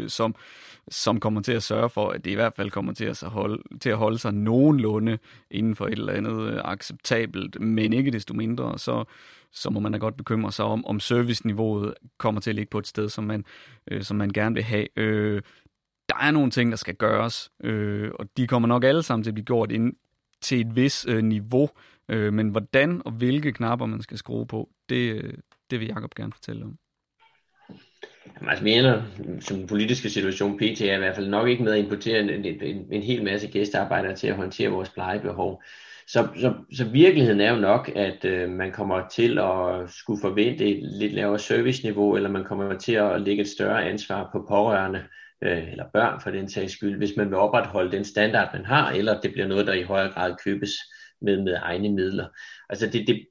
som kommer til at sørge for, at det i hvert fald kommer til at holde sig nogenlunde inden for et eller andet acceptabelt, men ikke desto mindre, så må man da godt bekymre sig om serviceniveauet kommer til at ligge på et sted, som man gerne vil have. Der er nogle ting, der skal gøres, og de kommer nok alle sammen til at blive gjort ind til et vis niveau, men hvordan og hvilke knapper man skal skrue på, det vil Jacob gerne fortælle om. Jamen, altså, mener, som den politiske situation PT er i hvert fald nok ikke med at importere en hel masse gæstearbejdere til at håndtere vores plejebehov. Så virkeligheden er jo nok, at man kommer til at skulle forvente et lidt lavere serviceniveau, eller man kommer til at lægge et større ansvar på pårørende, eller børn for den sags skyld, hvis man vil opretholde den standard, man har, eller det bliver noget, der i højere grad købes med egne midler. Altså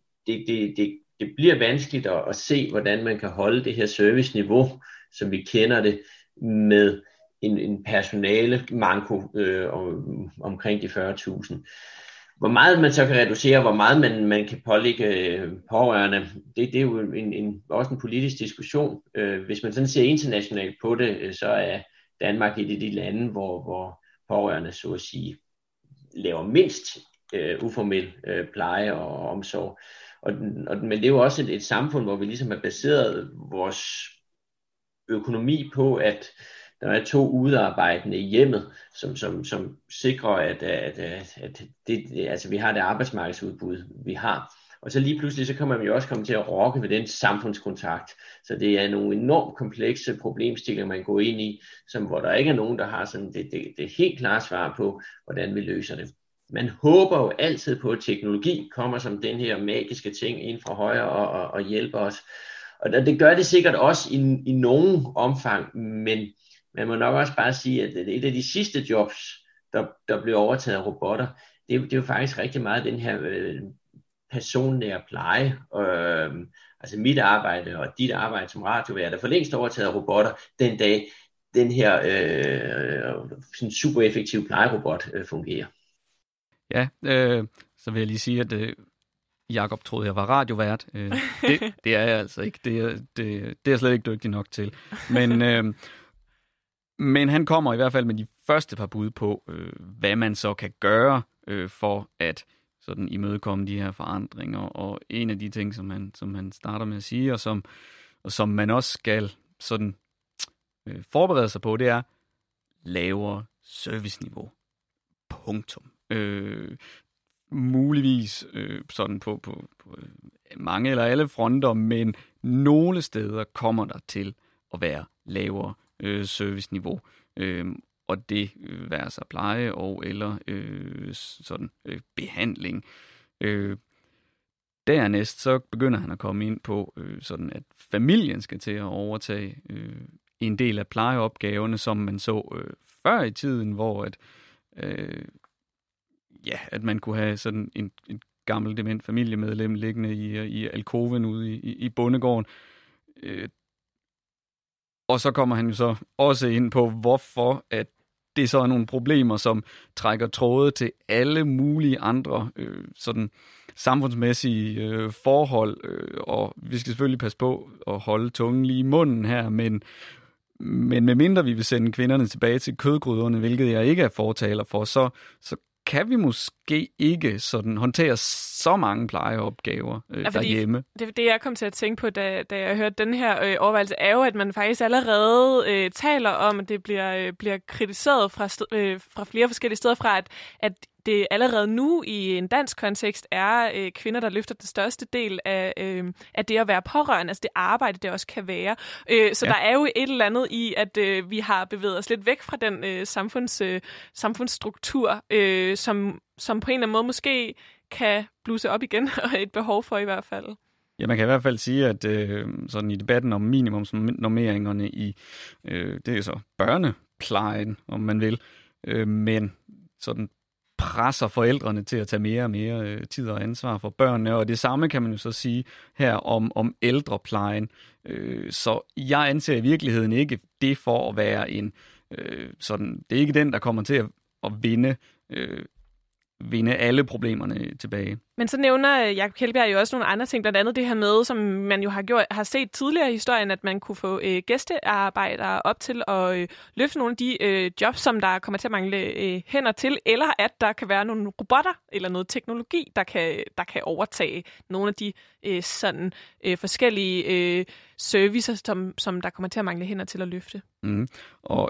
det bliver vanskeligt at se, hvordan man kan holde det her serviceniveau, som vi kender det, med en personale manko omkring de 40.000. Hvor meget man så kan reducere, hvor meget man kan pålægge pårørende, det er jo også en politisk diskussion. Hvis man sådan ser internationalt på det, så er Danmark et af de lande, hvor pårørende, så at sige, laver mindst uformel pleje og omsorg. Men det er jo også et samfund, hvor vi ligesom har baseret vores økonomi på, at der er 2 udearbejdende i hjemmet, som sikrer, at vi har det arbejdsmarkedsudbud, vi har. Og så lige pludselig, så kommer man jo også komme til at rokke ved den samfundskontrakt. Så det er nogle enormt komplekse problemstillinger, man går ind i, hvor der ikke er nogen, der har sådan det helt klare svar på, hvordan vi løser det. Man håber jo altid på, at teknologi kommer som den her magiske ting ind fra højre og hjælper os. Og det gør det sikkert også i nogen omfang, men man må nok også bare sige, at et af de sidste jobs, der blev overtaget af robotter, det er jo faktisk rigtig meget den her personnære pleje. Altså mit arbejde og dit arbejde som radiovært er for længst overtaget af robotter den dag, den her sådan super effektive plejerobot fungerer. Ja, så vil jeg lige sige, at Jacob troede, jeg var radiovært. Det er jeg altså ikke. Det er jeg slet ikke dygtig nok til. Men han kommer i hvert fald med de første par bud på, hvad man så kan gøre for at sådan imødekomme de her forandringer. Og en af de ting, som han starter med at sige, og som man også skal sådan forberede sig på, det er lavere serviceniveau. Punktum. Muligvis sådan på mange eller alle fronter, men nogle steder kommer der til at være lavere serviceniveau. Og det være sig pleje og eller behandling. Dernæst så begynder han at komme ind på sådan, at familien skal til at overtage en del af plejeopgaverne, som man så før i tiden, hvor at man kunne have sådan en gammel dement familiemedlem liggende i alkoven ude i bondegården. Og så kommer han jo så også ind på, hvorfor at det så er nogle problemer, som trækker tråde til alle mulige andre sådan samfundsmæssige forhold. Og vi skal selvfølgelig passe på at holde tungen lige i munden her, men medmindre vi vil sende kvinderne tilbage til kødgryderne, hvilket jeg ikke er fortaler for, så kan vi måske ikke sådan håndtere så mange plejeopgaver derhjemme. Det jeg kom til at tænke på, da jeg hørte den her overvejelse, er jo, at man faktisk allerede taler om, at det bliver kritiseret fra flere forskellige steder fra, at det allerede nu i en dansk kontekst er kvinder, der løfter den største del af det at være pårørende, altså det arbejde, det også kan være. Så der er jo et eller andet i, at vi har bevæget os lidt væk fra den samfundsstruktur, som på en eller anden måde måske kan bluse op igen, og et behov for i hvert fald. Ja, man kan i hvert fald sige, at sådan i debatten om minimumsnormeringerne i, det er så børneplejen, om man vil, men sådan presser forældrene til at tage mere og mere tid og ansvar for børnene, og det samme kan man jo så sige her om ældreplejen. Så jeg anser i virkeligheden ikke det for at være en sådan, det er ikke den, der kommer til at vinde alle problemerne tilbage. Men så nævner Jacob Kjeldbjerg jo også nogle andre ting, blandt andet det her med, som man jo har set tidligere i historien, at man kunne få gæstearbejdere op til at løfte nogle af de jobs, som der kommer til at mangle hænder til, eller at der kan være nogle robotter eller noget teknologi, der kan overtage nogle af de forskellige servicer, som der kommer til at mangle hænder til at løfte. Og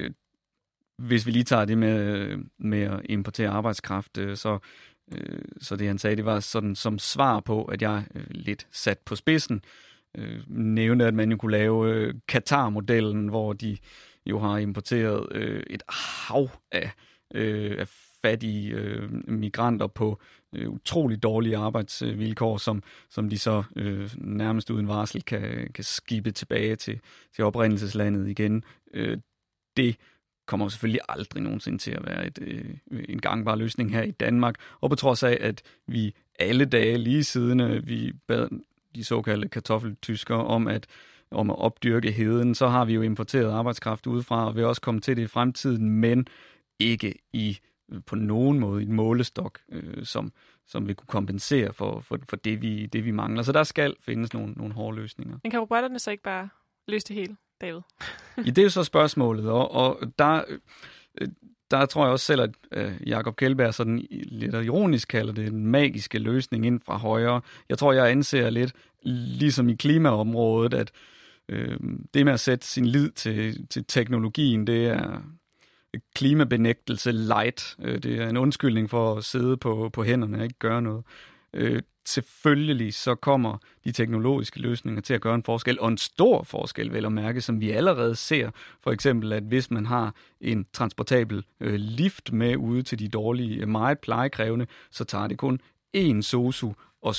hvis vi lige tager det med at importere arbejdskraft, så det han sagde, det var sådan som svar på, at jeg lidt sat på spidsen nævnte, at man jo kunne lave Qatar-modellen, hvor de jo har importeret et hav af fattige migranter på utrolig dårlige arbejdsvilkår, som de så nærmest uden varsel kan skibe tilbage til oprindelseslandet igen. Det kommer selvfølgelig aldrig nogensinde til at være en gangbar løsning her i Danmark. Og på trods af, at vi alle dage lige siden vi bad de såkaldte kartoffeltyskere om at opdyrke heden, så har vi jo importeret arbejdskraft udefra, og vil også komme til det i fremtiden, men ikke på nogen måde en målestok, som vil kunne kompensere for det, vi mangler. Så der skal findes nogle hårde løsninger. Men kan robotterne så ikke bare løse det hele, David? Ja, det er jo så spørgsmålet, og der tror jeg også selv, at Jacob Kjeldbjerg sådan lidt ironisk kalder det en magiske løsning ind fra højre. Jeg tror, jeg anser lidt, ligesom i klimaområdet, at det med at sætte sin lid til teknologien, det er klimabenægtelse light. Det er en undskyldning for at sidde på hænderne og ikke gøre noget. Selvfølgelig så kommer de teknologiske løsninger til at gøre en forskel, og en stor forskel, vel at mærke, som vi allerede ser. For eksempel, at hvis man har en transportabel lift med ude til de dårlige, meget plejekrævende, så tager det kun én sosu og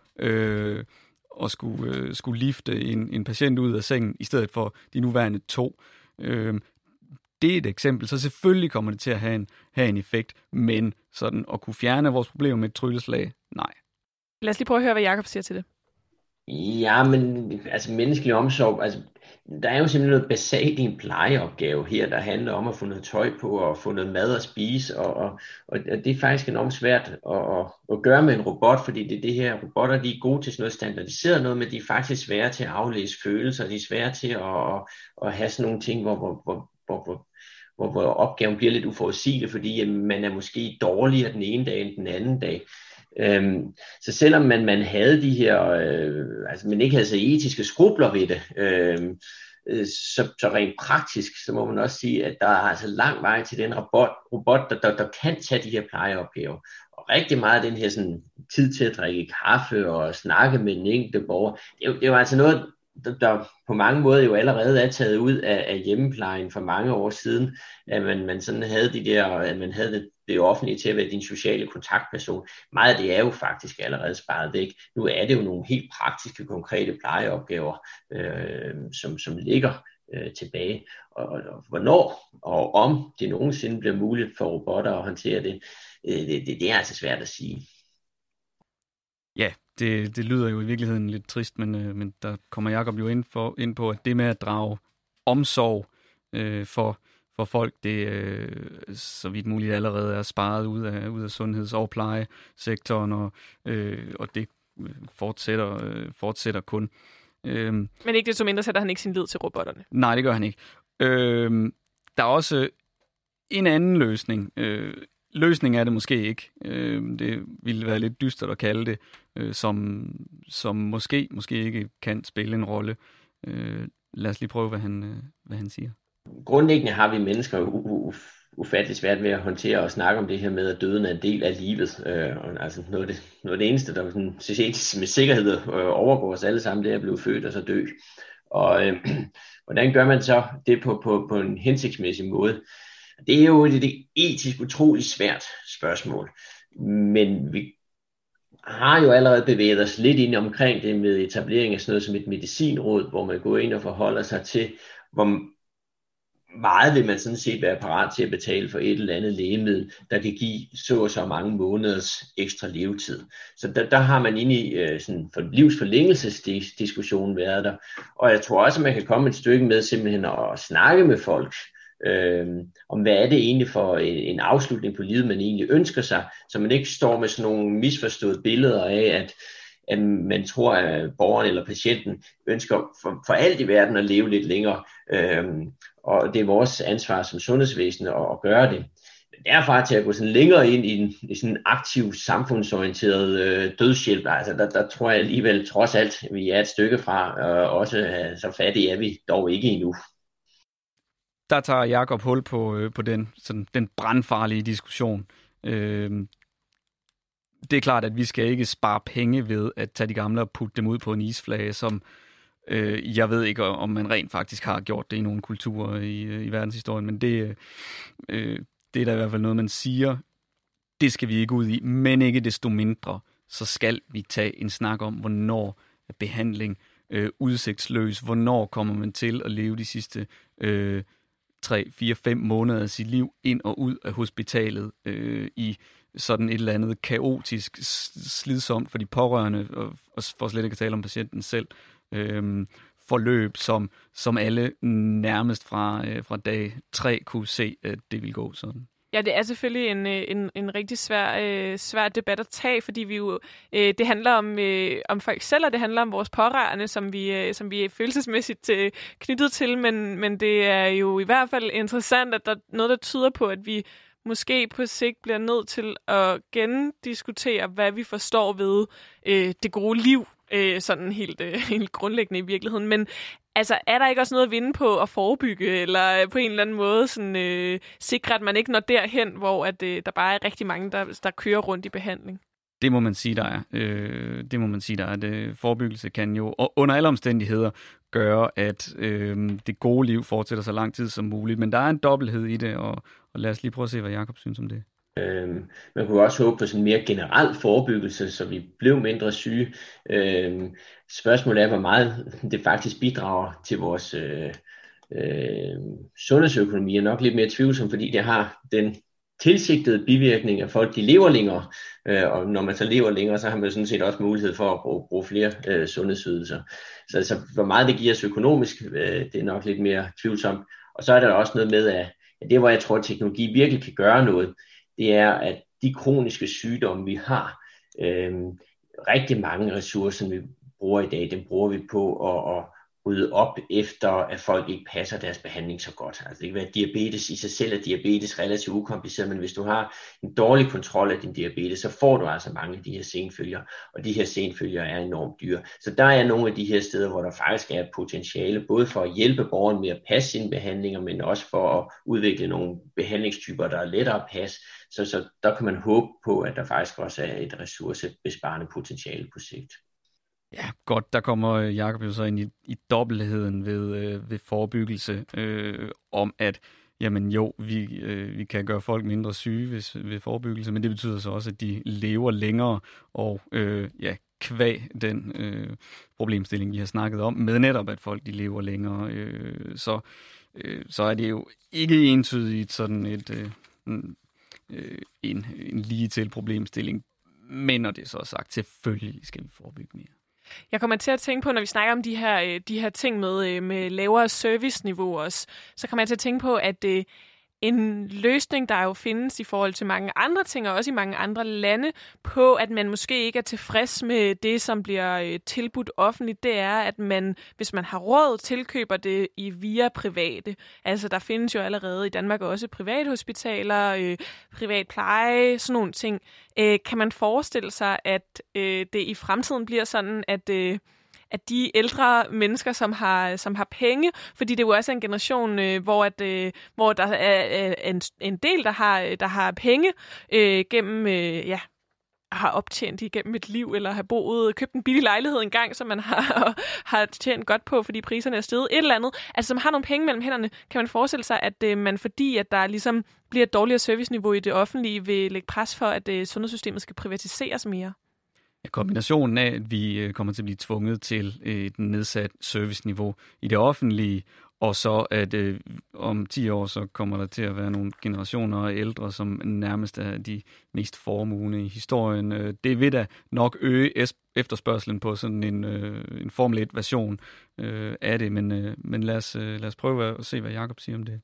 skulle lifte en patient ud af sengen, i stedet for de nuværende 2. Det er et eksempel, så selvfølgelig kommer det til at have en effekt, men sådan at kunne fjerne vores problemer med et trylleslag, nej. Lad os lige prøve at høre, hvad Jacob siger til det. Ja, men altså menneskelig omsorg, altså der er jo simpelthen noget basalt i en plejeopgave her, der handler om at få noget tøj på og få noget mad at spise, og det er faktisk enormt svært at gøre med en robot, fordi det her robotter, de er gode til sådan noget standardiseret noget, men de er faktisk svære til at aflæse følelser, de er svære til at have sådan nogle ting, hvor hvor opgaven bliver lidt uforudsigelig, fordi man er måske dårligere den ene dag end den anden dag. Så selvom man havde de her, altså man ikke havde så etiske skrubler ved det, så rent praktisk, så må man også sige, at der er altså lang vej til den robot, der kan tage de her plejeopgaver. Og rigtig meget af den her sådan, tid til at drikke kaffe og snakke med den enkelte borger, det var altså noget, der på mange måder jo allerede er taget ud af hjemmeplejen for mange år siden, at man sådan havde at man havde det offentlige til at være din sociale kontaktperson. Meget af det er jo faktisk allerede sparet væk. Nu er det jo nogle helt praktiske, konkrete plejeopgaver, som ligger tilbage. Og hvornår og om det nogensinde bliver muligt for robotter at håndtere det er altså svært at sige. Ja, det lyder jo i virkeligheden lidt trist, men der kommer Jacob jo ind på, at det med at drage omsorg for folk, det så vidt muligt allerede er sparet ud af sundheds- og plejesektoren, og det fortsætter kun. Men ikke desto mindre sætter han ikke sin lid til robotterne. Nej, det gør han ikke. Der er også en anden løsning. Løsning er det måske ikke. Det ville være lidt dystert at kalde det, som måske ikke kan spille en rolle. Lad os lige prøve, hvad han siger. Grundlæggende har vi mennesker ufattelig svært ved at håndtere og snakke om det her med, at døden er en del af livet. Altså noget af det eneste, der med sikkerhed overgår os alle sammen, det er at blive født og så dø. Og hvordan gør man så det på en hensigtsmæssig måde? Det er jo et etisk utroligt svært spørgsmål, men vi har jo allerede bevæget os lidt ind omkring det med etablering af sådan noget som et medicinråd, hvor man går ind og forholder sig til, hvor meget vil man sådan set være parat til at betale for et eller andet lægemiddel, der kan give så og så mange måneders ekstra levetid. Så der har man inde i sådan for livsforlængelsesdiskussionen været der, og jeg tror også, at man kan komme et stykke med simpelthen at snakke med folk, om hvad er det egentlig for en afslutning på livet, man egentlig ønsker sig, så man ikke står med sådan nogle misforståede billeder af, at man tror, at borgeren eller patienten ønsker for alt i verden at leve lidt længere, og det er vores ansvar som sundhedsvæsen at gøre det. Derfra til at gå sådan længere ind i sådan en aktiv, samfundsorienteret dødshjælp, altså der tror jeg alligevel trods alt, vi er et stykke fra, og også så fattige er vi dog ikke endnu. Der tager Jacob hul på den brandfarlige diskussion. Det er klart, at vi skal ikke spare penge ved at tage de gamle og putte dem ud på en isflage, som jeg ved ikke, om man rent faktisk har gjort det i nogle kulturer i verdenshistorien, men det er da i hvert fald noget, man siger, det skal vi ikke ud i, men ikke desto mindre, så skal vi tage en snak om, hvornår er behandling udsigtsløs, hvornår kommer man til at leve de sidste 3, 4, 5 måneder af sit liv ind og ud af hospitalet i sådan et eller andet kaotisk, slidsomt for de pårørende, og for slet ikke at tale om patienten selv, forløb, som alle nærmest fra dag 3 kunne se, at det ville gå sådan. Ja, det er selvfølgelig en rigtig svær debat at tage, fordi vi jo det handler om folk selv, og det handler om vores pårørende, som vi er følelsesmæssigt knyttet til, men det er jo i hvert fald interessant, at der er noget, der tyder på, at vi måske på sigt bliver nødt til at gendiskutere, hvad vi forstår ved det gode liv, sådan helt grundlæggende i virkeligheden. Men altså, er der ikke også noget at vinde på at forebygge, eller på en eller anden måde sådan, sikre, at man ikke når derhen, hvor at, der bare er rigtig mange, der kører rundt i behandling? Det må man sige, der er. Forebyggelse kan jo under alle omstændigheder gøre, at det gode liv fortsætter så lang tid som muligt. Men der er en dobbelthed i det, og lad os lige prøve at se, hvad Jacob synes om det. Man kunne også håbe på sådan mere generel forebyggelse, så vi blev mindre syge. Spørgsmålet er, hvor meget det faktisk bidrager til vores sundhedsøkonomi, er nok lidt mere tvivlsomt, fordi det har den tilsigtede bivirkning, at folk de lever længere, og når man så lever længere, så har man sådan set også mulighed for at bruge flere sundhedsydelser. Så hvor meget det giver os økonomisk, det er nok lidt mere tvivlsomt. Og så er der også noget med, at det hvor jeg tror, at teknologi virkelig kan gøre noget, det er, at de kroniske sygdomme, vi har, rigtig mange ressourcer, vi bruger i dag, dem bruger vi på rydde op efter, at folk ikke passer deres behandling så godt. Altså det kan være, at diabetes i sig selv er diabetes relativt ukompliceret, men hvis du har en dårlig kontrol af din diabetes, så får du altså mange af de her senfølger, og de her senfølger er enormt dyre. Så der er nogle af de her steder, hvor der faktisk er et potentiale, både for at hjælpe borgeren med at passe sine behandlinger, men også for at udvikle nogle behandlingstyper, der er lettere at passe. Så der kan man håbe på, at der faktisk også er et ressourcebesparende potentiale på sigt. Ja, godt. Der kommer Jakob jo så ind i dobbeltheden ved forebyggelse, om at jamen jo, vi kan gøre folk mindre syge ved forebyggelse, men det betyder så også, at de lever længere, og kvæg den problemstilling, vi har snakket om, med netop, at folk de lever længere, så er det jo ikke entydigt sådan en lige til problemstilling, men når det er så sagt, selvfølgelig skal vi forebygge mere. Jeg kommer til at tænke på, når vi snakker om de her ting med lavere serviceniveau også, så kommer jeg til at tænke på, at en løsning, der jo findes i forhold til mange andre ting, og også i mange andre lande, på at man måske ikke er tilfreds med det, som bliver tilbudt offentligt, det er, at man, hvis man har råd, tilkøber det via private. Altså, der findes jo allerede i Danmark også privathospitaler, privat pleje, sådan nogle ting. Kan man forestille sig, at det i fremtiden bliver sådan, at de ældre mennesker, som har penge, fordi det jo også er en generation, hvor der er en del, der har penge gennem, har optjent igennem et liv, eller har købt en billig lejlighed engang, som man har tjent godt på, fordi priserne er steget, et eller andet, altså som har nogle penge mellem hænderne, kan man forestille sig, at man, fordi at der ligesom bliver et dårligere serviceniveau i det offentlige, vil lægge pres for, at sundhedssystemet skal privatiseres mere? Kombinationen af, at vi kommer til at blive tvunget til et nedsat serviceniveau i det offentlige, og så at om 10 år, så kommer der til at være nogle generationer af ældre, som nærmest er de mest formuende i historien. Det vil da nok øge efterspørgselen på sådan en Formel 1-version af det, men lad os prøve at se, hvad Jakob siger om det.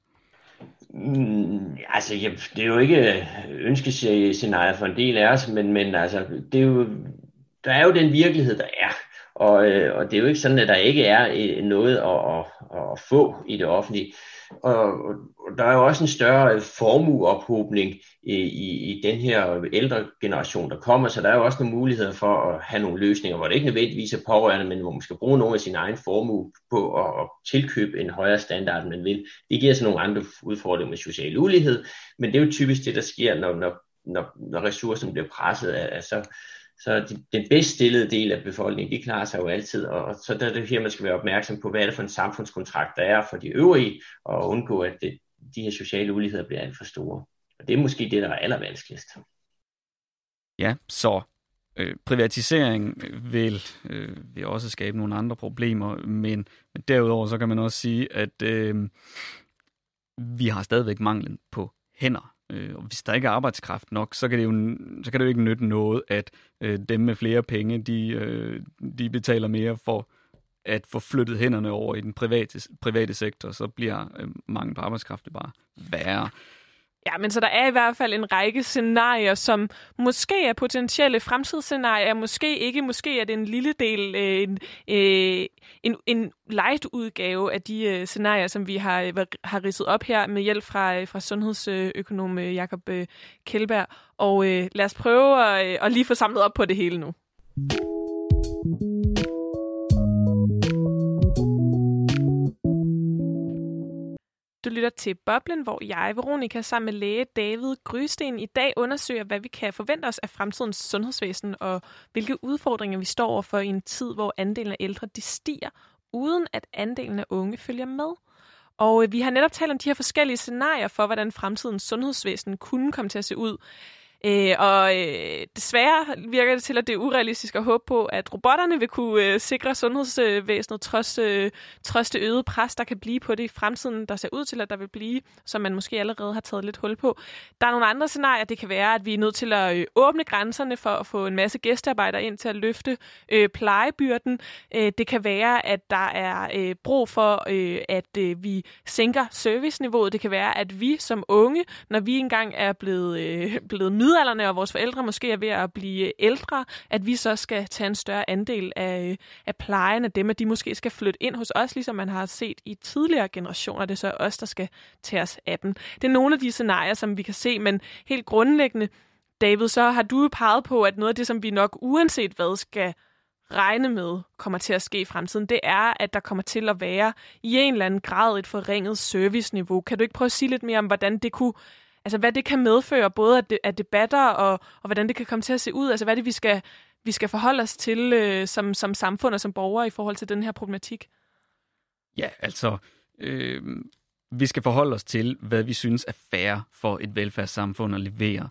Det er jo ikke ønskescenariet for en del af os, men altså, det er jo, der er jo den virkelighed, der er. Og det er jo ikke sådan, at der ikke er noget at få i det offentlige. Og der er jo også en større formueophobning i den her ældre generation, der kommer, så der er jo også nogle muligheder for at have nogle løsninger, hvor det ikke nødvendigvis er pårørende, men hvor man skal bruge nogle af sin egen formue på at tilkøbe en højere standard, man vil. Det giver så nogle andre udfordringer med social ulighed, men det er jo typisk det, der sker, når ressourcerne bliver presset. Så den bedst stillede del af befolkningen, de klarer sig jo altid, og så der er det her, man skal være opmærksom på, hvad er det for en samfundskontrakt, der er for de øvrige, og undgå, at de her sociale uligheder bliver alt for store. Og det er måske det, der er allervanskeligst. Ja, så privatisering vil også skabe nogle andre problemer, men derudover så kan man også sige, at vi har stadigvæk manglen på hænder. Og hvis der ikke er arbejdskraft nok, så kan det jo ikke nytte noget, at dem med flere penge, de betaler mere for at få flyttet hænderne over i den private sektor, så bliver mangel på arbejdskraft bare værre. Ja, men så der er i hvert fald en række scenarier, som måske er potentielle fremtidsscenarier, måske ikke, måske er det en lille del, en light udgave af de scenarier, som vi har ridset op her med hjælp fra sundhedsøkonom Jakob Kjeldberg. Og lad os prøve at lige få samlet op på det hele nu. Du lytter til Boblen, hvor jeg, Veronica, sammen med læge David Grysten i dag undersøger, hvad vi kan forvente os af fremtidens sundhedsvæsen, og hvilke udfordringer vi står overfor i en tid, hvor andelen af ældre de stiger, uden at andelen af unge følger med. Og vi har netop talt om de her forskellige scenarier for, hvordan fremtidens sundhedsvæsen kunne komme til at se ud. Desværre virker det til, at det er urealistisk at håbe på, at robotterne vil kunne sikre sundhedsvæsenet trods det øgede pres, der kan blive på det i fremtiden, der ser ud til, at der vil blive, som man måske allerede har taget lidt hul på. Der er nogle andre scenarier. Det kan være, at vi er nødt til at åbne grænserne for at få en masse gæstearbejdere ind til at løfte plejebyrden. Det kan være, at der er brug for, at vi sænker serviceniveauet. Det kan være, at vi som unge, når vi engang er blevet midaldrende, og vores forældre måske er ved at blive ældre, at vi så skal tage en større andel af plejen af dem, at de måske skal flytte ind hos os, ligesom man har set i tidligere generationer. Det er så os, der skal tage os af dem. Det er nogle af de scenarier, som vi kan se, men helt grundlæggende, David, så har du peget på, at noget af det, som vi nok uanset hvad skal regne med kommer til at ske i fremtiden, det er, at der kommer til at være i en eller anden grad et forringet serviceniveau. Kan du ikke prøve at sige lidt mere om, hvordan det kunne, altså hvad det kan medføre, både af debatter og hvordan det kan komme til at se ud? Altså hvad er det, vi skal forholde os til som samfund og som borgere i forhold til den her problematik? Ja, altså, vi skal forholde os til, hvad vi synes er fair for et velfærdssamfund at levere.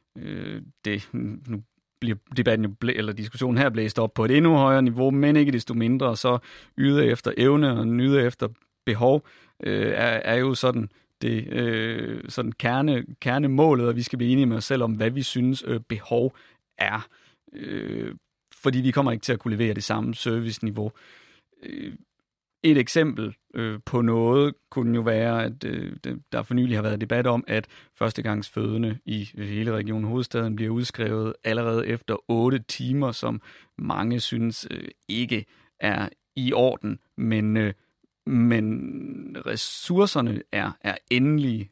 Nu bliver debatten eller diskussionen her blæst op på et endnu højere niveau, men ikke desto mindre, så yde efter evne og nyde efter behov er jo sådan det sådan kernemålet, og vi skal blive enige med os selv om, hvad vi synes behov er. Fordi vi kommer ikke til at kunne levere det samme serviceniveau. Et eksempel på noget kunne jo være, at der for nylig har været debat om, at førstegangsfødende i hele regionen Hovedstaden bliver udskrevet allerede efter 8 timer, som mange synes ikke er i orden, men ressourcerne er endelige,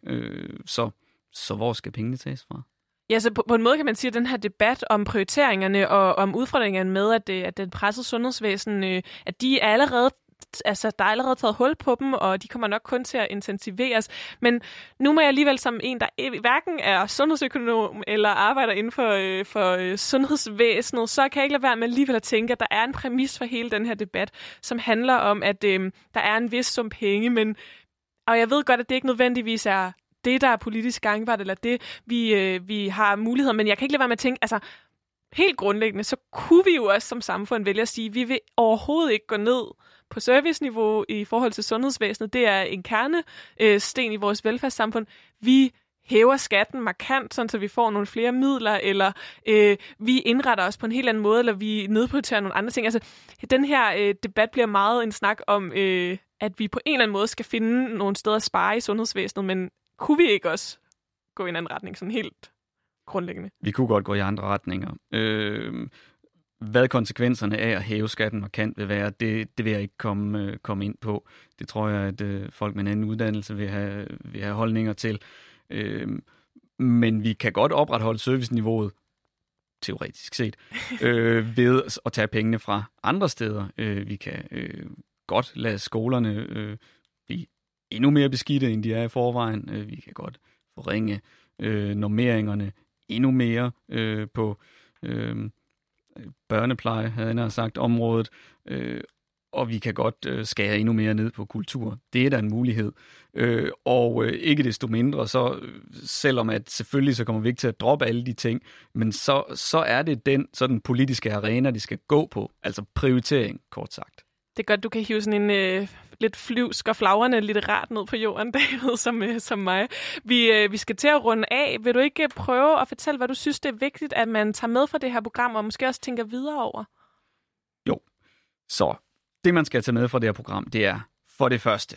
så hvor skal pengene tages fra? Ja, så på en måde kan man sige, at den her debat om prioriteringerne og om udfordringerne med, at den pressede sundhedsvæsen, at de er allerede der er allerede taget hul på dem, og de kommer nok kun til at intensiveres. Men nu må jeg alligevel som en, der hverken er sundhedsøkonom eller arbejder inden for sundhedsvæsenet, så kan jeg ikke lade være med alligevel at tænke, at der er en præmis for hele den her debat, som handler om, at der er en vis sum penge, og jeg ved godt, at det ikke nødvendigvis er det, der er politisk gangbart, eller det, vi har muligheder, men jeg kan ikke lade være med at tænke, altså helt grundlæggende, så kunne vi jo også som samfund vælge at sige, at vi vil overhovedet ikke gå ned på serviceniveau i forhold til sundhedsvæsenet. Det er en kernesten i vores velfærdssamfund. Vi hæver skatten markant, sådan så vi får nogle flere midler, eller vi indretter os på en helt anden måde, eller vi nedprioriterer nogle andre ting. Altså, den her debat bliver meget en snak om, at vi på en eller anden måde skal finde nogle steder at spare i sundhedsvæsenet, men kunne vi ikke også gå i en anden retning, sådan helt grundlæggende? Vi kunne godt gå i andre retninger. Hvad konsekvenserne af at hæve skatten markant vil være, det vil jeg ikke komme ind på. Det tror jeg, at folk med en anden uddannelse vil have holdninger til. Men vi kan godt opretholde serviceniveauet, teoretisk set, ved at tage pengene fra andre steder. Vi kan godt lade skolerne blive endnu mere beskidte, end de er i forvejen. Vi kan godt forringe normeringerne endnu mere på børnepleje, havde jeg sagt, området, og vi kan godt skære endnu mere ned på kultur. Det er da en mulighed. Og ikke desto mindre, så selvom at selvfølgelig så kommer vi ikke til at droppe alle de ting, men så er det den sådan politiske arena, de skal gå på. Altså prioritering, kort sagt. Det er godt, du kan hive sådan en lidt flyvsk og flagrende litterat ned på jorden, David, som mig. Vi skal til at runde af. Vil du ikke prøve at fortælle, hvad du synes, det er vigtigt, at man tager med fra det her program, og måske også tænker videre over? Jo, så det, man skal tage med fra det her program, det er for det første,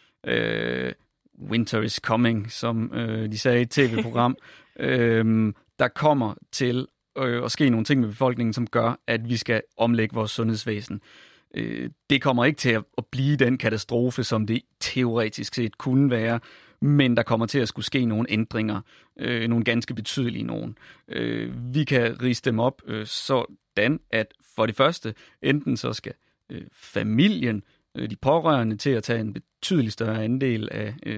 winter is coming, som de sagde i et tv-program. Der kommer til at ske nogle ting med befolkningen, som gør, at vi skal omlægge vores sundhedsvæsen. Det kommer ikke til at blive den katastrofe, som det teoretisk set kunne være, men der kommer til at skulle ske nogle ændringer, nogle ganske betydelige nogen. Vi kan riste dem op sådan, at for det første, enten så skal familien, de pårørende til at tage en betydelig større andel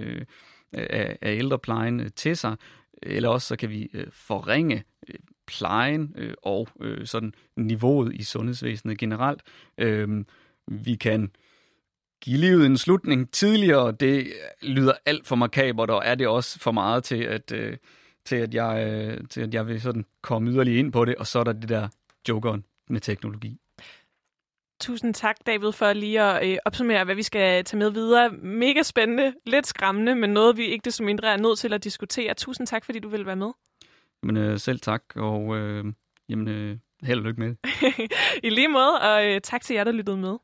af ældreplejen til sig, eller også så kan vi forringe plejen og sådan niveauet i sundhedsvæsenet generelt. Vi kan give livet en slutning tidligere. Det lyder alt for makabert, og er det også for meget til at jeg vil sådan komme yderligere ind på det, og så er der det der jokeren med teknologi. Tusind tak, David, for lige at opsummere, hvad vi skal tage med videre. Mega spændende, lidt skræmmende, men noget, vi ikke desto mindre er nødt til at diskutere. Tusind tak, fordi du ville være med. Jamen, selv tak, og held og lykke med. I lige måde, og tak til jer, der lyttede med.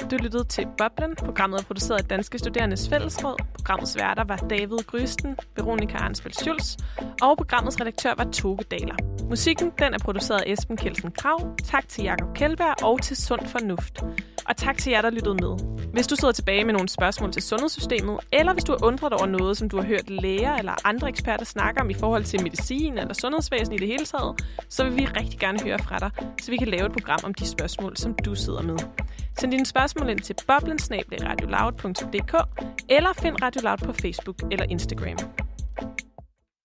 Du lyttede til Boblen. Programmet er produceret af Danske Studerendes Fællesråd. Programmets værter var David Grysten, Veronica Arnsfeldt-Schulz, og programmets redaktør var Toge Daler. Musikken den er produceret af Esben Kjeldsen Krag. Tak til Jakob Kjeldberg og til Sund Fornuft. Og tak til jer, der lyttede med. Hvis du sidder tilbage med nogle spørgsmål til sundhedssystemet, eller hvis du har undret over noget, som du har hørt læger eller andre eksperter snakke om i forhold til medicin eller sundhedsvæsen i det hele taget, så vil vi rigtig gerne høre fra dig, så vi kan lave et program om de spørgsmål, som du sidder med. Send dine spørgsmål ind til boblen@radioloud.dk eller find Radio Loud på Facebook eller Instagram.